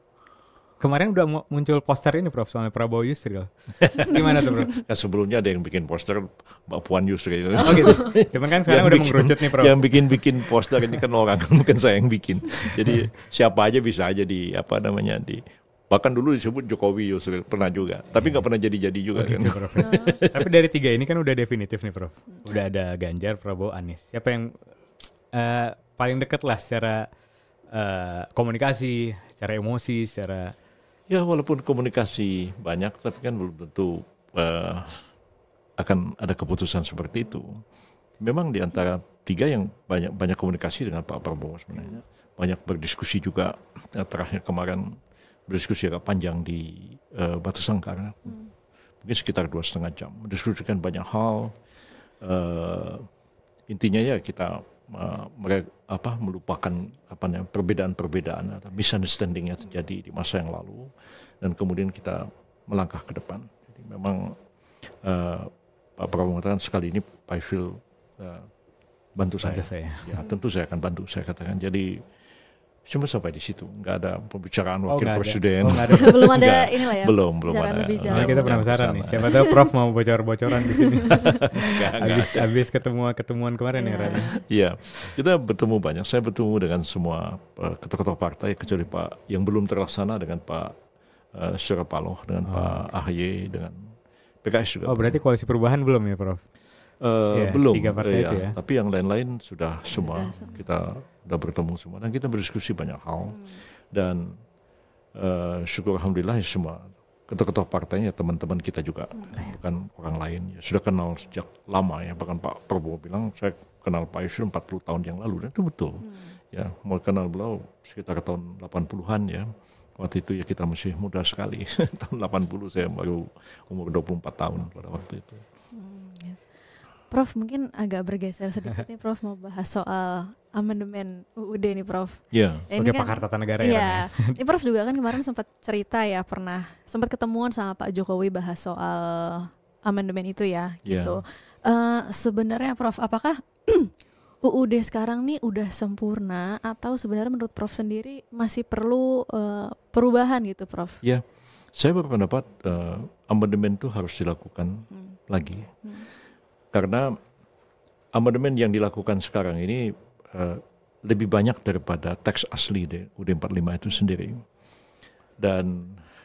Speaker 2: kemarin udah muncul poster ini, Prof, soalnya Prabowo Yusril. Gimana tuh, Prof? Ya,
Speaker 4: sebelumnya ada yang bikin poster Mbak Puan Yusril.
Speaker 2: Oh gitu. Cuman kan sekarang udah bikin, mengerucut nih, Prof.
Speaker 4: Yang bikin-bikin poster ini kan orang, bukan saya yang bikin. Jadi siapa aja bisa aja di apa namanya di bahkan dulu disebut Jokowi Yusril pernah juga. Tapi nggak pernah jadi-jadi juga oh, kan. Gitu, Prof.
Speaker 2: Tapi dari tiga ini kan udah definitif nih, Prof. Udah ada Ganjar, Prabowo, Anies. Siapa yang uh, paling dekat lah secara uh, komunikasi, secara emosi, secara
Speaker 4: ya walaupun komunikasi banyak, tapi kan belum tentu uh, akan ada keputusan seperti itu. Memang di antara tiga yang banyak banyak komunikasi dengan Pak Prabowo sebenarnya. Banyak berdiskusi juga, terakhir kemarin berdiskusi agak panjang di uh, Batu Sangkar. Hmm. Mungkin sekitar dua setengah jam. Mendiskusikan banyak hal. Uh, intinya ya kita uh, mereka, apa, melupakan apa namanya perbedaan-perbedaan, misunderstanding yang terjadi di masa yang lalu, dan kemudian kita melangkah ke depan. Jadi memang uh, Pak Prabowo mengatakan sekali ini Pak Yusril uh, bantu saya.
Speaker 2: saya.
Speaker 4: Ya tentu saya akan bantu, saya katakan. Jadi Cuma sampai di situ, nggak ada pembicaraan
Speaker 2: Oh,
Speaker 4: wakil
Speaker 2: nggak ada.
Speaker 4: presiden.
Speaker 2: Oh, nggak ada.
Speaker 3: belum ada
Speaker 4: Nggak,
Speaker 3: inilah ya.
Speaker 4: belum, belum
Speaker 3: bicaraan
Speaker 4: ada.
Speaker 3: lebih jauh.
Speaker 2: Nah, kita
Speaker 4: Belum
Speaker 2: penasaran
Speaker 4: kesana.
Speaker 2: nih. Siapa tahu Prof mau bocor-bocoran di sini.
Speaker 4: Nggak, nggak
Speaker 2: Habis
Speaker 4: ada.
Speaker 2: habis ketemuan ketemuan kemarin ya,
Speaker 3: Iya.
Speaker 2: Ran.
Speaker 4: Iya, kita bertemu banyak. Saya bertemu dengan semua uh, ketua-ketua partai, kecuali Pak yang belum terlaksana dengan Pak uh, Surya Paloh, dengan
Speaker 2: Oh,
Speaker 4: Pak A H Y, dengan P K S juga.
Speaker 2: Oh, berarti koalisi perubahan belum ya, Prof?
Speaker 4: Uh,
Speaker 2: Iya,
Speaker 4: belum,
Speaker 2: tiga partai
Speaker 4: iya.
Speaker 2: itu ya.
Speaker 4: Tapi yang lain-lain sudah semua
Speaker 3: Sudah semua.
Speaker 4: kita sudah bertemu semua dan kita berdiskusi banyak hal
Speaker 3: Hmm.
Speaker 4: dan uh, syukur alhamdulillah ya semua ketua-ketua partainya teman-teman kita juga bukan orang lain ya, sudah kenal sejak lama ya, bahkan Pak Prabowo bilang saya kenal Pak Yusril empat puluh tahun yang lalu dan itu betul ya, mau kenal beliau sekitar tahun delapan puluhan ya. Waktu itu ya kita masih muda sekali. Tahun delapan puluh saya baru umur dua puluh empat tahun pada waktu itu.
Speaker 3: Prof mungkin agak bergeser sedikit nih Prof, mau bahas soal amandemen U U D nih Prof.
Speaker 4: Ya.
Speaker 3: Ya, ini
Speaker 2: Sebagai
Speaker 3: kan-
Speaker 2: pakar tata negara ya,
Speaker 3: Iya,
Speaker 2: Ran, ya.
Speaker 3: ini Prof juga kan kemarin sempat cerita ya, pernah sempat ketemuan sama Pak Jokowi bahas soal amandemen itu ya,
Speaker 4: Iya.
Speaker 3: gitu. Eh, sebenarnya Prof, apakah U U D sekarang nih udah sempurna atau sebenarnya menurut Prof sendiri masih perlu eh, perubahan gitu, Prof?
Speaker 4: Ya, saya berpendapat uh, amandemen itu harus dilakukan
Speaker 3: Hmm.
Speaker 4: lagi.
Speaker 3: Hmm.
Speaker 4: Karena amandemen yang dilakukan sekarang ini uh, lebih banyak daripada teks asli di U U D empat puluh lima itu sendiri. Dan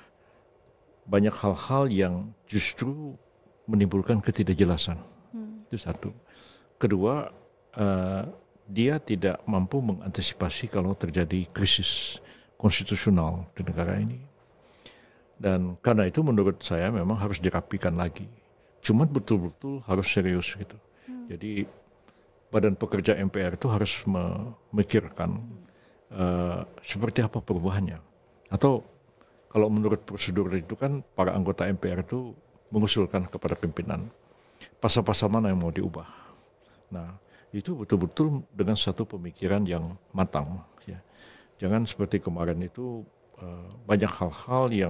Speaker 4: banyak hal-hal yang justru menimbulkan ketidakjelasan.
Speaker 3: Hmm.
Speaker 4: Itu satu. Kedua, uh, dia tidak mampu mengantisipasi kalau terjadi krisis konstitusional di negara ini. Dan karena itu menurut saya memang harus dirapikan lagi. Cuman betul-betul harus serius gitu.
Speaker 3: Hmm.
Speaker 4: Jadi Badan Pekerja M P R itu harus memikirkan uh, seperti apa perubahannya. Atau kalau menurut prosedur itu kan para anggota M P R itu mengusulkan kepada pimpinan pasal-pasal mana yang mau diubah. Nah, itu betul-betul dengan satu pemikiran yang matang. Ya. Jangan seperti kemarin itu uh, banyak hal-hal yang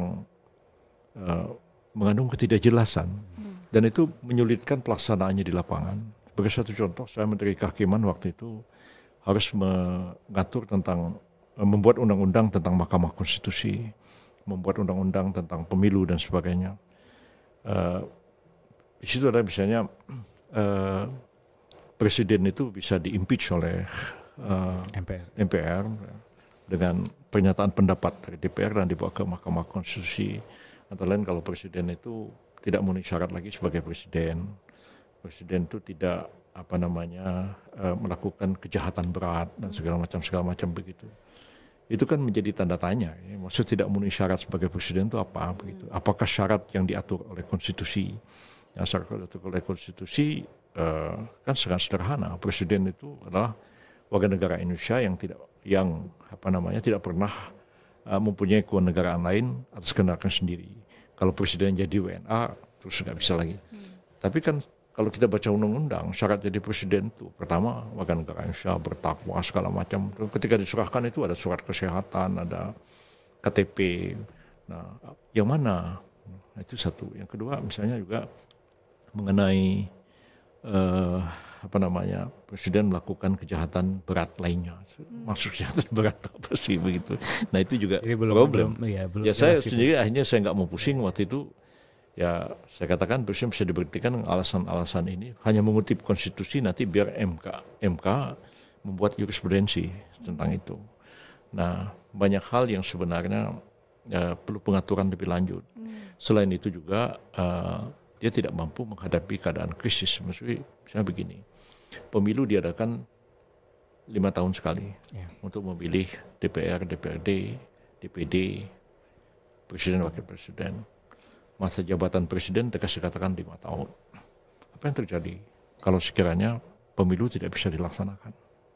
Speaker 4: uh, mengandung ketidakjelasan.
Speaker 3: Hmm.
Speaker 4: Dan itu menyulitkan pelaksanaannya di lapangan. Sebagai satu contoh, saya Menteri Kehakiman waktu itu harus mengatur tentang, membuat undang-undang tentang Mahkamah Konstitusi, membuat undang-undang tentang pemilu dan sebagainya. Uh, di situ ada misalnya uh, Presiden itu bisa di-impeach oleh uh,
Speaker 2: M P R.
Speaker 4: M P R dengan pernyataan pendapat dari D P R dan dibawa ke Mahkamah Konstitusi. Antara lain kalau Presiden itu tidak memenuhi syarat lagi sebagai presiden. Presiden itu tidak apa namanya uh, melakukan kejahatan berat dan segala macam segala macam begitu. Itu kan menjadi tanda tanya. Ya. Maksud tidak memenuhi syarat sebagai presiden itu apa begitu? Apakah syarat yang diatur oleh konstitusi? Yang syarat yang diatur oleh konstitusi uh, kan sangat sederhana. Presiden itu adalah warga negara Indonesia yang tidak yang apa namanya tidak pernah uh, mempunyai kewarganegaraan lain atas kehendak sendiri. Kalau presiden jadi W N A terus nggak bisa lagi. Hmm. Tapi kan kalau kita baca undang-undang syarat jadi presiden itu pertama warga negara Indonesia bertakwa segala macam. Ketika diserahkan itu ada surat kesehatan, ada K T P. Nah, yang mana? Nah, itu satu. Yang kedua misalnya juga mengenai uh, apa namanya presiden melakukan kejahatan berat lainnya. Maksud kejahatan berat apa sih begitu? Nah itu juga
Speaker 2: Jadi belum,
Speaker 4: problem.
Speaker 2: Belum, ya, belum
Speaker 4: Ya saya
Speaker 2: jelas itu.
Speaker 4: sendiri akhirnya saya nggak mau pusing waktu itu. Ya saya katakan presiden bisa diberhentikan dengan alasan-alasan ini. Hanya mengutip konstitusi nanti biar M K M K membuat jurisprudensi tentang itu. Nah banyak hal yang sebenarnya ya, perlu pengaturan lebih lanjut. Selain itu juga uh, dia tidak mampu menghadapi keadaan krisis. Maksudnya misalnya begini, pemilu diadakan lima tahun sekali
Speaker 2: Ya.
Speaker 4: untuk memilih D P R, D P R D, D P D, presiden, wakil presiden. Masa jabatan presiden tegas dikatakan lima tahun. Apa yang terjadi kalau sekiranya pemilu tidak bisa dilaksanakan?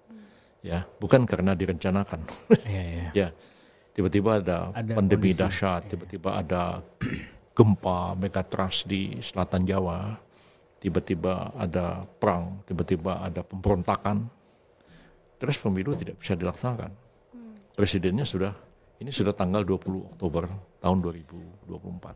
Speaker 4: Ya, bukan karena direncanakan.
Speaker 2: Iya, iya.
Speaker 4: Ya, tiba-tiba ada,
Speaker 2: Ada
Speaker 4: pandemi
Speaker 2: kondisi.
Speaker 4: dahsyat, tiba-tiba ada gempa megatrust di selatan Jawa, tiba-tiba ada perang, tiba-tiba ada pemberontakan, terus pemilu tidak bisa dilaksanakan. Presidennya sudah, ini sudah tanggal dua puluh Oktober tahun dua ribu dua puluh empat.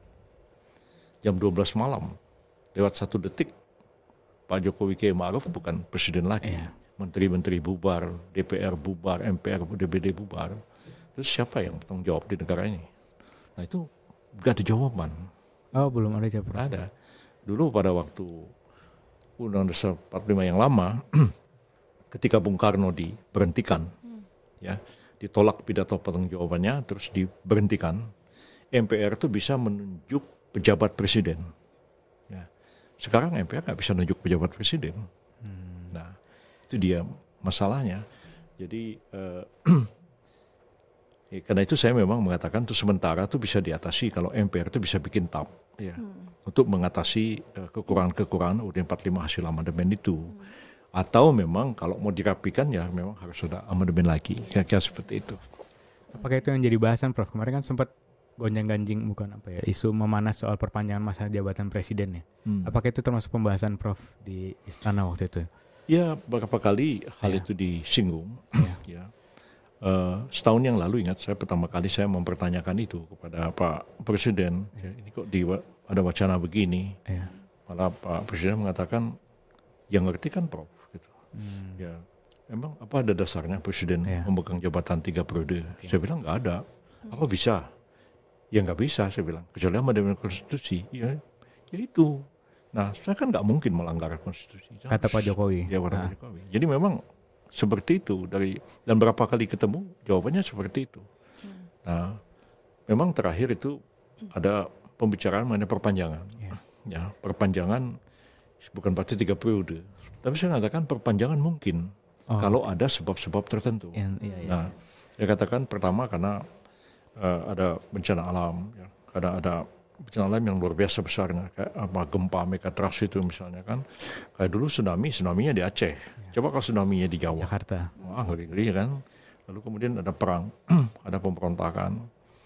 Speaker 4: Jam dua belas malam, lewat satu detik, Pak Jokowi Kiai Ma'ruf bukan presiden lagi.
Speaker 2: Iya.
Speaker 4: menteri-menteri bubar, D P R bubar, M P R, D P D bubar. Terus siapa yang bertanggung jawab di negara ini? Nah itu gak ada jawaban.
Speaker 2: Oh belum ada jawaban.
Speaker 4: Gak ada. Dulu pada waktu Undang-Undang Dasar empat puluh lima yang lama, ketika Bung Karno diberhentikan, ya, ditolak pidato pertanggungjawabannya, terus diberhentikan, M P R itu bisa menunjuk pejabat presiden. Ya. Sekarang M P R nggak bisa menunjuk pejabat presiden. Hmm. Nah, itu dia masalahnya. Jadi eh, ya, karena itu saya memang mengatakan itu sementara itu bisa diatasi kalau M P R itu bisa bikin T A P, ya, hmm. untuk mengatasi uh, kekurangan-kekurangan U D empat puluh lima hasil amandemen itu. Hmm. Atau memang kalau mau dirapikan ya memang harus ada amandemen lagi, kira-kira seperti itu.
Speaker 2: Apakah itu yang jadi bahasan, Prof? Kemarin kan sempat gonjang-ganjing, bukan apa ya, isu memanas soal perpanjangan masa jabatan presiden ya. Hmm. Apakah itu termasuk pembahasan Prof di istana waktu itu?
Speaker 4: Ya, beberapa kali hal ya. itu disinggung. Ya. ya. Uh, setahun yang lalu ingat saya pertama kali saya mempertanyakan itu kepada Pak Presiden. Ya, ini kok di, ada wacana begini. Ya. Malah Pak Presiden mengatakan yang ngerti kan Prof. Gitu. Hmm. Ya, emang apa ada dasarnya Presiden ya. memegang jabatan tiga periode? Okay. Saya bilang nggak ada. Apa bisa? Ya nggak bisa, saya bilang. Kecuali amandemen konstitusi. Ya, ya itu. Nah, saya kan nggak mungkin melanggar konstitusi.
Speaker 2: Kata Pak Jokowi.
Speaker 4: Ya, nah. Pak Jokowi. Jadi memang seperti itu dari dan berapa kali ketemu jawabannya seperti itu. Hmm. Nah, memang terakhir itu ada pembicaraan mengenai perpanjangan. Yeah. Ya, perpanjangan bukan berarti tiga periode. Tapi saya katakan perpanjangan mungkin oh. kalau ada sebab-sebab tertentu. Yeah, yeah, yeah. Nah, saya katakan pertama karena uh, ada bencana alam, ya. Ada ada bencana alam yang luar biasa besarnya, kayak apa gempa Megatrust itu misalnya kan. Kayak dulu tsunami, tsunami-nya di Aceh. Yeah. Coba kalau tsunami-nya di Jawa.
Speaker 2: Jakarta.
Speaker 4: Wah, ngeri-ngeri kan. Lalu kemudian ada perang, ada pemberontakan,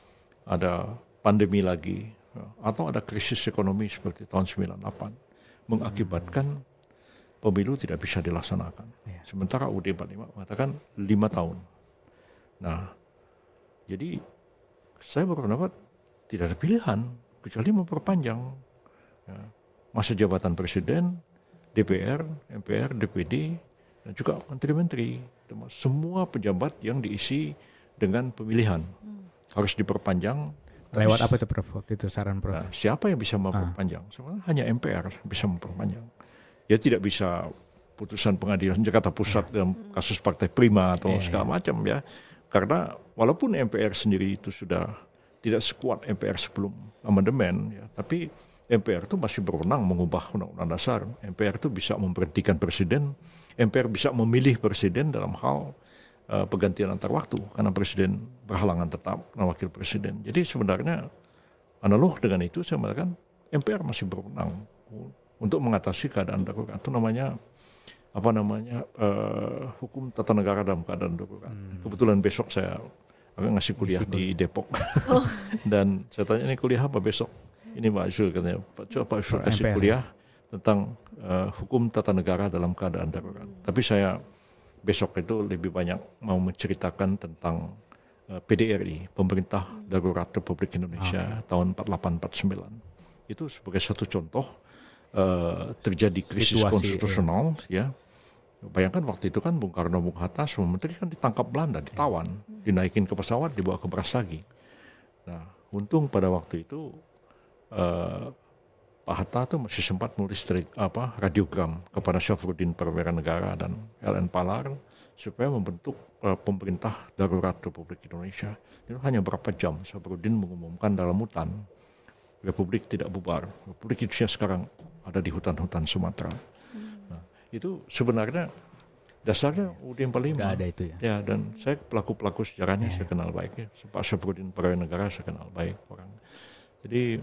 Speaker 4: ada pandemi lagi, ya. Atau ada krisis ekonomi seperti tahun sembilan puluh delapan mengakibatkan hmm. pemilu tidak bisa dilaksanakan. Yeah. Sementara U D empat puluh lima mengatakan lima tahun. Nah, jadi saya berpendapat tidak ada pilihan kecuali memperpanjang ya, masa jabatan presiden, D P R, M P R, D P D, dan juga menteri-menteri. Semua pejabat yang diisi dengan pemilihan hmm. harus diperpanjang.
Speaker 2: Lewat apa itu Prof? Waktu itu saran Prof?
Speaker 4: Nah, siapa yang bisa memperpanjang? Ah. Sebenarnya hanya M P R bisa memperpanjang. Ya tidak bisa putusan pengadilan Jakarta Pusat dalam kasus Partai Prima atau yeah, segala yeah. macam ya. Karena walaupun M P R sendiri itu sudah tidak sekuat M P R sebelum amandemen, ya, tapi M P R itu masih berwenang mengubah undang-undang dasar. M P R itu bisa memberhentikan presiden, M P R bisa memilih presiden dalam hal uh, pergantian antar waktu, karena presiden berhalangan tetap dan wakil presiden. Jadi sebenarnya analog dengan itu saya mengatakan M P R masih berwenang untuk mengatasi keadaan darurat. Itu namanya apa namanya uh, hukum tata negara dalam keadaan darurat. Hmm. Kebetulan besok saya akan ngasih kuliah di Depok. Oh. Dan saya tanya, ini kuliah apa besok? Ini Pak Yusril katanya, Pak Pak Yusril kasih kuliah tentang uh, hukum tata negara dalam keadaan darurat. Tapi saya besok itu lebih banyak mau menceritakan tentang uh, P D R I, Pemerintah Darurat Republik Indonesia okay. tahun empat puluh delapan empat puluh sembilan. Itu sebagai satu contoh uh, terjadi krisis situasi, konstitusional iya. ya. Bayangkan waktu itu kan Bung Karno, Bung Hatta, semua menteri kan ditangkap Belanda, ditawan, dinaikin ke pesawat, dibawa ke Brastagi. Nah, untung pada waktu itu uh, Pak Hatta tuh masih sempat menulis apa radiogram kepada Syafruddin Perwira Negara dan L N Palar supaya membentuk uh, pemerintah darurat Republik Indonesia. Itu hanya berapa jam Syafruddin mengumumkan dalam hutan Republik tidak bubar. Republik Indonesia sekarang ada di hutan-hutan Sumatera. Itu sebenarnya dasarnya U D empat puluh lima.
Speaker 2: Nggak ada itu ya.
Speaker 4: Ya, dan saya pelaku-pelaku sejarahnya
Speaker 2: ya,
Speaker 4: saya kenal baik ya. Pak Syafruddin Perwira Negara saya kenal baik orang. Jadi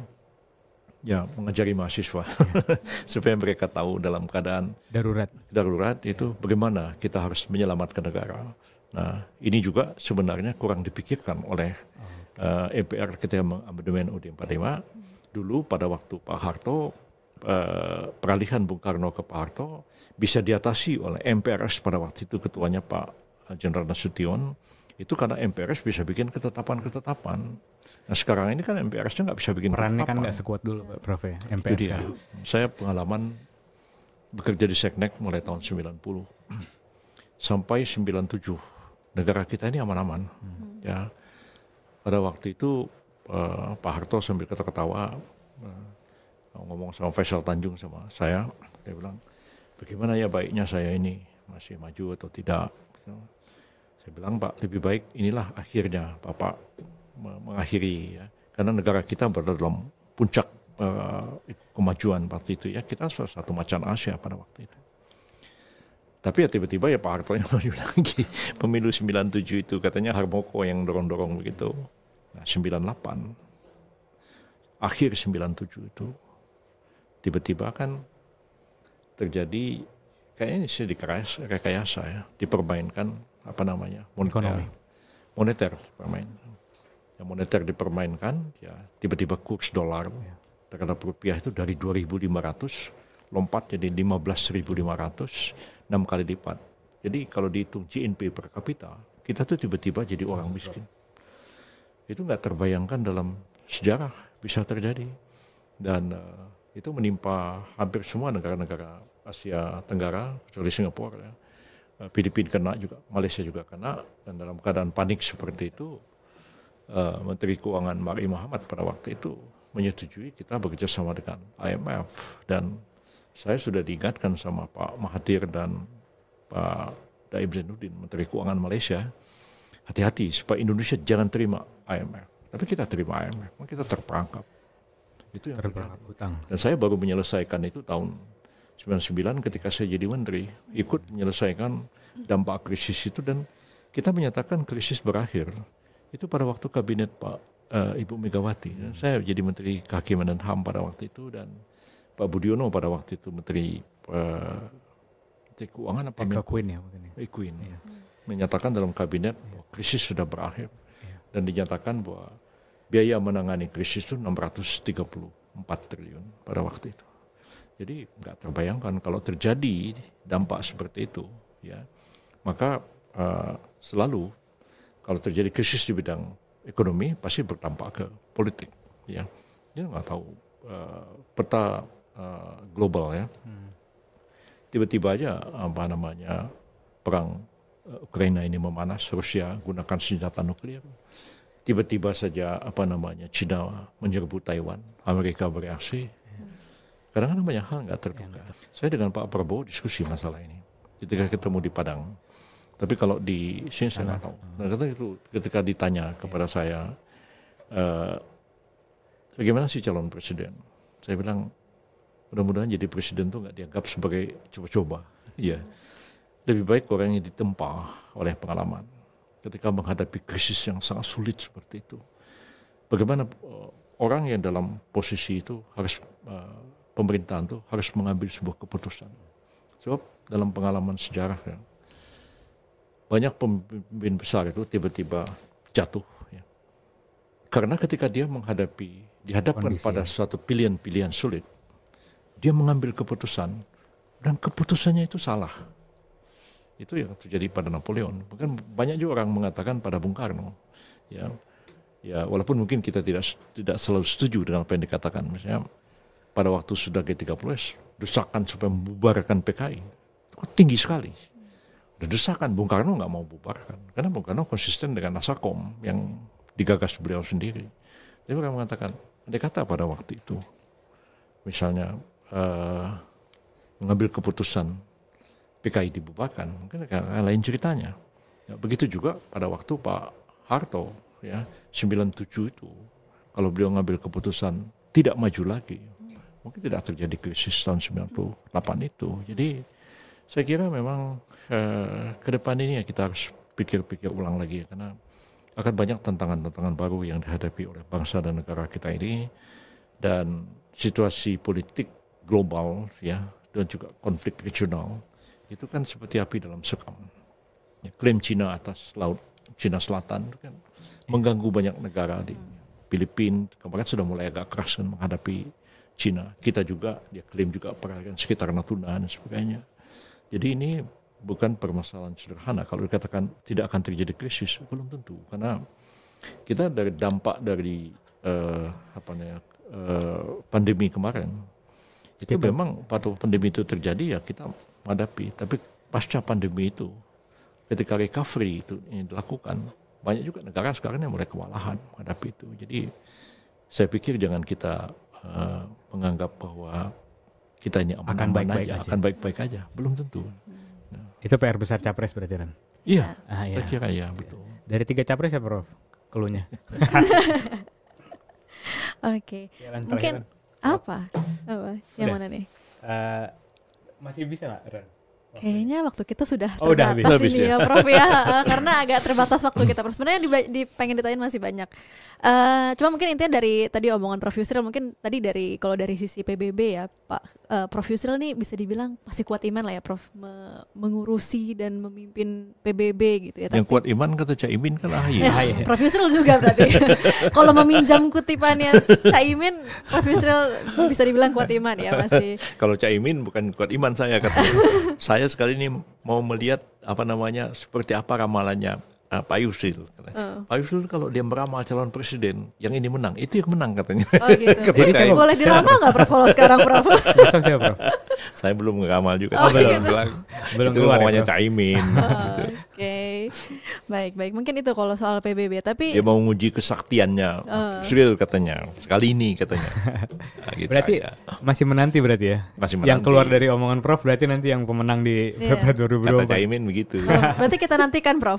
Speaker 4: ya mengajari mahasiswa ya. supaya mereka tahu dalam keadaan
Speaker 2: darurat.
Speaker 4: Darurat itu ya. Bagaimana kita harus menyelamatkan negara. Nah, ini juga sebenarnya kurang dipikirkan oleh oh, okay. uh, M P R ketika mengamandemen U D empat puluh lima. Dulu pada waktu Pak Harto, uh, peralihan Bung Karno ke Pak Harto bisa diatasi oleh M P R S pada waktu itu ketuanya Pak Jenderal Nasution, itu karena M P R S bisa bikin ketetapan-ketetapan. Nah sekarang ini kan M P R S-nya nggak bisa bikin
Speaker 2: perannya
Speaker 4: ketetapan.
Speaker 2: Perannya kan nggak sekuat dulu Pak Prof ya, M P R S.
Speaker 4: Itu dia. Saya pengalaman bekerja di Seknek mulai tahun sembilan puluh. sampai sembilan puluh tujuh negara kita ini aman-aman. Hmm. Ya, pada waktu itu uh, Pak Harto sambil ketawa-ketawa uh, ngomong sama Faisal Tanjung sama saya, dia bilang, bagaimana ya baiknya saya ini masih maju atau tidak? Saya bilang, Pak, lebih baik inilah akhirnya Bapak mengakhiri, ya, karena negara kita berada dalam puncak uh, kemajuan waktu itu, ya, kita salah satu macan Asia pada waktu itu. Tapi ya tiba-tiba ya Pak Harto yang maju lagi. Pemilu sembilan puluh tujuh itu katanya Harmoko yang dorong-dorong begitu. Nah, sembilan puluh delapan, akhir sembilan puluh tujuh itu, tiba-tiba kan terjadi, kayaknya sih direkayasa ya, dipermainkan apa namanya, moneter, moneter dipermainkan. Ya, moneter dipermainkan, ya tiba-tiba kurs dolar terhadap rupiah itu dari dua ribu lima ratus lompat jadi lima belas ribu lima ratus, enam kali lipat. Jadi kalau dihitung G N P per kapita, kita tuh tiba-tiba jadi orang miskin. Itu nggak terbayangkan dalam sejarah bisa terjadi. Dan uh, itu menimpa hampir semua negara-negara Asia Tenggara, kecuali Singapura. Ya. Uh, Filipina kena juga, Malaysia juga kena. Dan dalam keadaan panik seperti itu, uh, Menteri Keuangan Mari Muhammad pada waktu itu menyetujui kita bekerja sama dengan I M F. Dan saya sudah diingatkan sama Pak Mahathir dan Pak Daim Zainuddin, Menteri Keuangan Malaysia, hati-hati supaya Indonesia jangan terima I M F. Tapi kita terima I M F, kita terperangkap. Itu yang terperangkap hutang. Dan saya baru menyelesaikan itu tahun sembilan puluh sembilan ketika saya jadi menteri, ikut menyelesaikan dampak krisis itu, dan kita menyatakan krisis berakhir. Itu pada waktu kabinet Pak uh, Ibu Megawati. Dan saya jadi Menteri Kehakiman dan H A M pada waktu itu, dan Pak Budiono pada waktu itu Menteri uh, Menteri Keuangan apa?
Speaker 2: Ekuin ya mungkin.
Speaker 4: Ekuin. Ya. Menyatakan dalam kabinet bahwa krisis sudah berakhir, ya. Dan dinyatakan bahwa biaya menangani krisis itu enam ratus tiga puluh empat triliun pada waktu itu. Jadi nggak terbayangkan kalau terjadi dampak seperti itu, ya. Maka uh, selalu kalau terjadi krisis di bidang ekonomi pasti berdampak ke politik, ya. Dia nggak tahu uh, peta uh, global, ya. Hmm. Tiba-tiba aja apa namanya perang uh, Ukraina ini memanas, Rusia gunakan senjata nuklir. Tiba-tiba saja apa namanya Cina menyerbu Taiwan, Amerika bereaksi. Kadang-kadang banyak hal nggak terduga. Ya, saya dengan Pak Prabowo diskusi masalah ini ketika ketemu di Padang. Tapi kalau di sini saya nggak tahu. Nah, ketika itu ketika ditanya kepada saya, uh, bagaimana sih calon presiden? Saya bilang, mudah-mudahan jadi presiden tuh nggak dianggap sebagai coba-coba. Iya, lebih baik orang yang ditempa oleh pengalaman. Ketika menghadapi krisis yang sangat sulit seperti itu, bagaimana uh, orang yang dalam posisi itu harus uh, pemerintahan itu harus mengambil sebuah keputusan. Sebab dalam pengalaman sejarah, ya, banyak pemimpin besar itu tiba-tiba jatuh, ya. Karena ketika dia menghadapi, dihadapkan kondisi, pada suatu pilihan-pilihan sulit, dia mengambil keputusan dan keputusannya itu salah. Itu yang terjadi pada Napoleon. Mungkin banyak juga orang mengatakan pada Bung Karno, ya, ya walaupun mungkin kita tidak tidak selalu setuju dengan apa yang dikatakan, misalnya pada waktu sudah G tiga puluh S, desakan supaya membubarkan P K I itu tinggi sekali. Dan desakan Bung Karno nggak mau bubarkan, karena Bung Karno konsisten dengan Nasakom yang digagas beliau sendiri. Dia orang mengatakan, andai kata pada waktu itu, misalnya uh, mengambil keputusan P K I dibubarkan, mungkin lain ceritanya. Ya, begitu juga pada waktu Pak Harto, ya, sembilan puluh tujuh itu, kalau beliau ngambil keputusan tidak maju lagi, mungkin tidak terjadi krisis tahun sembilan puluh delapan itu. Jadi saya kira memang eh, ke depan ini ya kita harus pikir-pikir ulang lagi, karena akan banyak tantangan-tantangan baru yang dihadapi oleh bangsa dan negara kita ini, dan situasi politik global, ya, dan juga konflik regional itu kan seperti api dalam sekam. Ya, klaim Cina atas laut Cina Selatan itu kan mengganggu banyak negara. Di Filipina kemarin sudah mulai agak keras kan menghadapi Cina. Kita juga dia klaim juga perairan sekitar Natuna dan sebagainya. Jadi ini bukan permasalahan sederhana. Kalau dikatakan tidak akan terjadi krisis, belum tentu, karena kita dari dampak dari uh, apa namanya uh, pandemi kemarin itu kita, memang waktu pandemi itu terjadi ya kita hadapi, tapi pasca pandemi itu ketika recovery itu yang dilakukan, banyak juga negara sekarang yang mulai kewalahan menghadapi itu. Jadi saya pikir jangan kita uh, menganggap bahwa kita ini aman
Speaker 2: Akan baik-baik
Speaker 4: aja,
Speaker 2: aja.
Speaker 4: akan baik-baik aja, belum tentu.
Speaker 2: Itu P R besar capres berarti Ran.
Speaker 4: Iya,
Speaker 2: Ah,
Speaker 4: saya
Speaker 2: iya.
Speaker 4: kira ya betul.
Speaker 2: Dari tiga capres ya Prof keluhnya.
Speaker 3: Oke.
Speaker 2: Ya, Ran,
Speaker 3: Mungkin
Speaker 2: terakhir, Ran.
Speaker 3: apa? Apa? Yang
Speaker 2: Udah.
Speaker 3: mana nih?
Speaker 2: Eh, masih bisa nggak Ran?
Speaker 3: Kayaknya waktu kita sudah
Speaker 2: Oh, udah
Speaker 3: terbatas
Speaker 4: habis.
Speaker 3: ini
Speaker 4: Habis
Speaker 3: ya Prof ya. Eh, karena agak terbatas waktu kita. Prof. Sebenarnya di, di pengen ditanyain masih banyak. Eh, cuma mungkin intinya dari tadi omongan Prof Yusril, mungkin tadi dari kalau dari sisi P B B ya Pak eh, Prof Yusril nih bisa dibilang masih kuat iman lah ya Prof me- mengurusi dan memimpin P B B gitu ya.
Speaker 4: Yang kuat iman kata Caimin kan ahy.
Speaker 3: Ya,
Speaker 2: Ahy.
Speaker 3: Prof Yusril juga berarti. Kalau meminjam kutipannya Caimin, Prof Yusril bisa dibilang kuat iman ya masih.
Speaker 4: Kalau Caimin bukan kuat iman saya katanya. Saya sekali ini mau melihat apa namanya seperti apa ramalannya uh, Pak Yusril.
Speaker 3: Oh.
Speaker 4: Pak Yusril kalau dia meramal calon presiden, yang ini menang, itu yang menang katanya.
Speaker 3: Oh gitu.
Speaker 4: Kata
Speaker 2: Jadi
Speaker 4: Caimin.
Speaker 2: coba-
Speaker 3: Boleh diramal nggak Prof kalau sekarang Prof?
Speaker 2: Besok siapa Prof?
Speaker 4: Saya belum ngeramal juga.
Speaker 3: Oh,
Speaker 4: Saya
Speaker 3: iya.
Speaker 4: bilang,
Speaker 2: Belum
Speaker 4: itu
Speaker 2: keluar ya,
Speaker 4: namanya
Speaker 2: Prof?
Speaker 4: Caimin. gitu.
Speaker 3: Oke, baik baik. Mungkin itu kalau soal P B B. Tapi
Speaker 4: Dia mau menguji kesaktiannya
Speaker 3: Oh.
Speaker 4: Yusril katanya. Sekali ini katanya. Nah, gitu
Speaker 2: Berarti
Speaker 4: aja.
Speaker 2: masih menanti berarti ya?
Speaker 4: Masih
Speaker 2: Yang
Speaker 4: menanti.
Speaker 2: keluar dari omongan Prof berarti nanti yang pemenang di
Speaker 3: Iya.
Speaker 2: Pilpres dua ribu dua puluh
Speaker 4: Kata
Speaker 2: empat.
Speaker 4: Caimin begitu.
Speaker 3: oh, berarti kita nantikan Prof.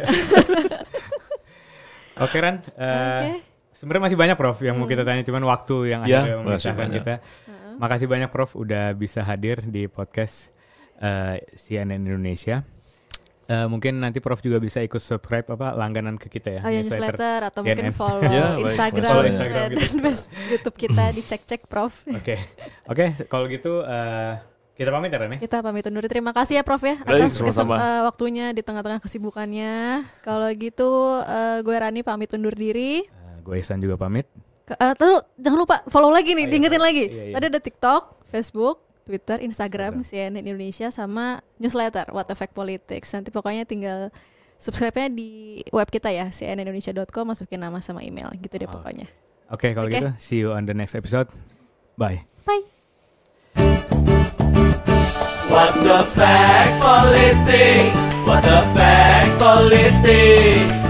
Speaker 2: Oke Ran, eh,
Speaker 3: Oke.
Speaker 2: sebenarnya masih banyak Prof yang mau kita tanya, cuman waktu yang
Speaker 4: Ya,
Speaker 2: akhirnya
Speaker 4: masih
Speaker 2: memisahkan
Speaker 4: banyak.
Speaker 2: kita. Makasih banyak Prof udah bisa hadir di podcast eh, C N N Indonesia. Eh, mungkin nanti Prof juga bisa ikut subscribe apa langganan ke kita ya.
Speaker 3: Oh ya newsletter atau
Speaker 2: C N N.
Speaker 3: mungkin follow
Speaker 4: Ya, baik.
Speaker 3: Instagram,
Speaker 4: Follow
Speaker 2: Instagram
Speaker 3: dan best YouTube kita dicek-cek Prof.
Speaker 2: Oke, oke kalau gitu eh, kita pamit ya Ran ya.
Speaker 3: Kita pamit undur. Terima kasih ya Prof ya
Speaker 4: Baik,
Speaker 3: atas kesem-
Speaker 4: sama-sama.
Speaker 3: eh, waktunya di tengah-tengah kesibukannya. Kalau gitu eh, gue Rani pamit undur diri.
Speaker 2: Eh, gue Ihsan juga pamit.
Speaker 3: Ke- eh, tuh, jangan lupa follow lagi nih,
Speaker 2: Oh, iya,
Speaker 3: diingetin
Speaker 2: follow.
Speaker 3: lagi.
Speaker 2: Iya, iya.
Speaker 3: Tadi ada TikTok, Facebook, Twitter, Instagram, C N N Indonesia, sama newsletter What Effect Politics. Nanti pokoknya tinggal subscribe-nya di web kita ya, c n n indonesia dot com, masukin nama sama email gitu deh
Speaker 2: Oh.
Speaker 3: pokoknya.
Speaker 2: Oke kalau
Speaker 3: Oke.
Speaker 2: gitu see you on the next episode. Bye.
Speaker 3: Bye.
Speaker 1: What the fact politics? What the fact politics?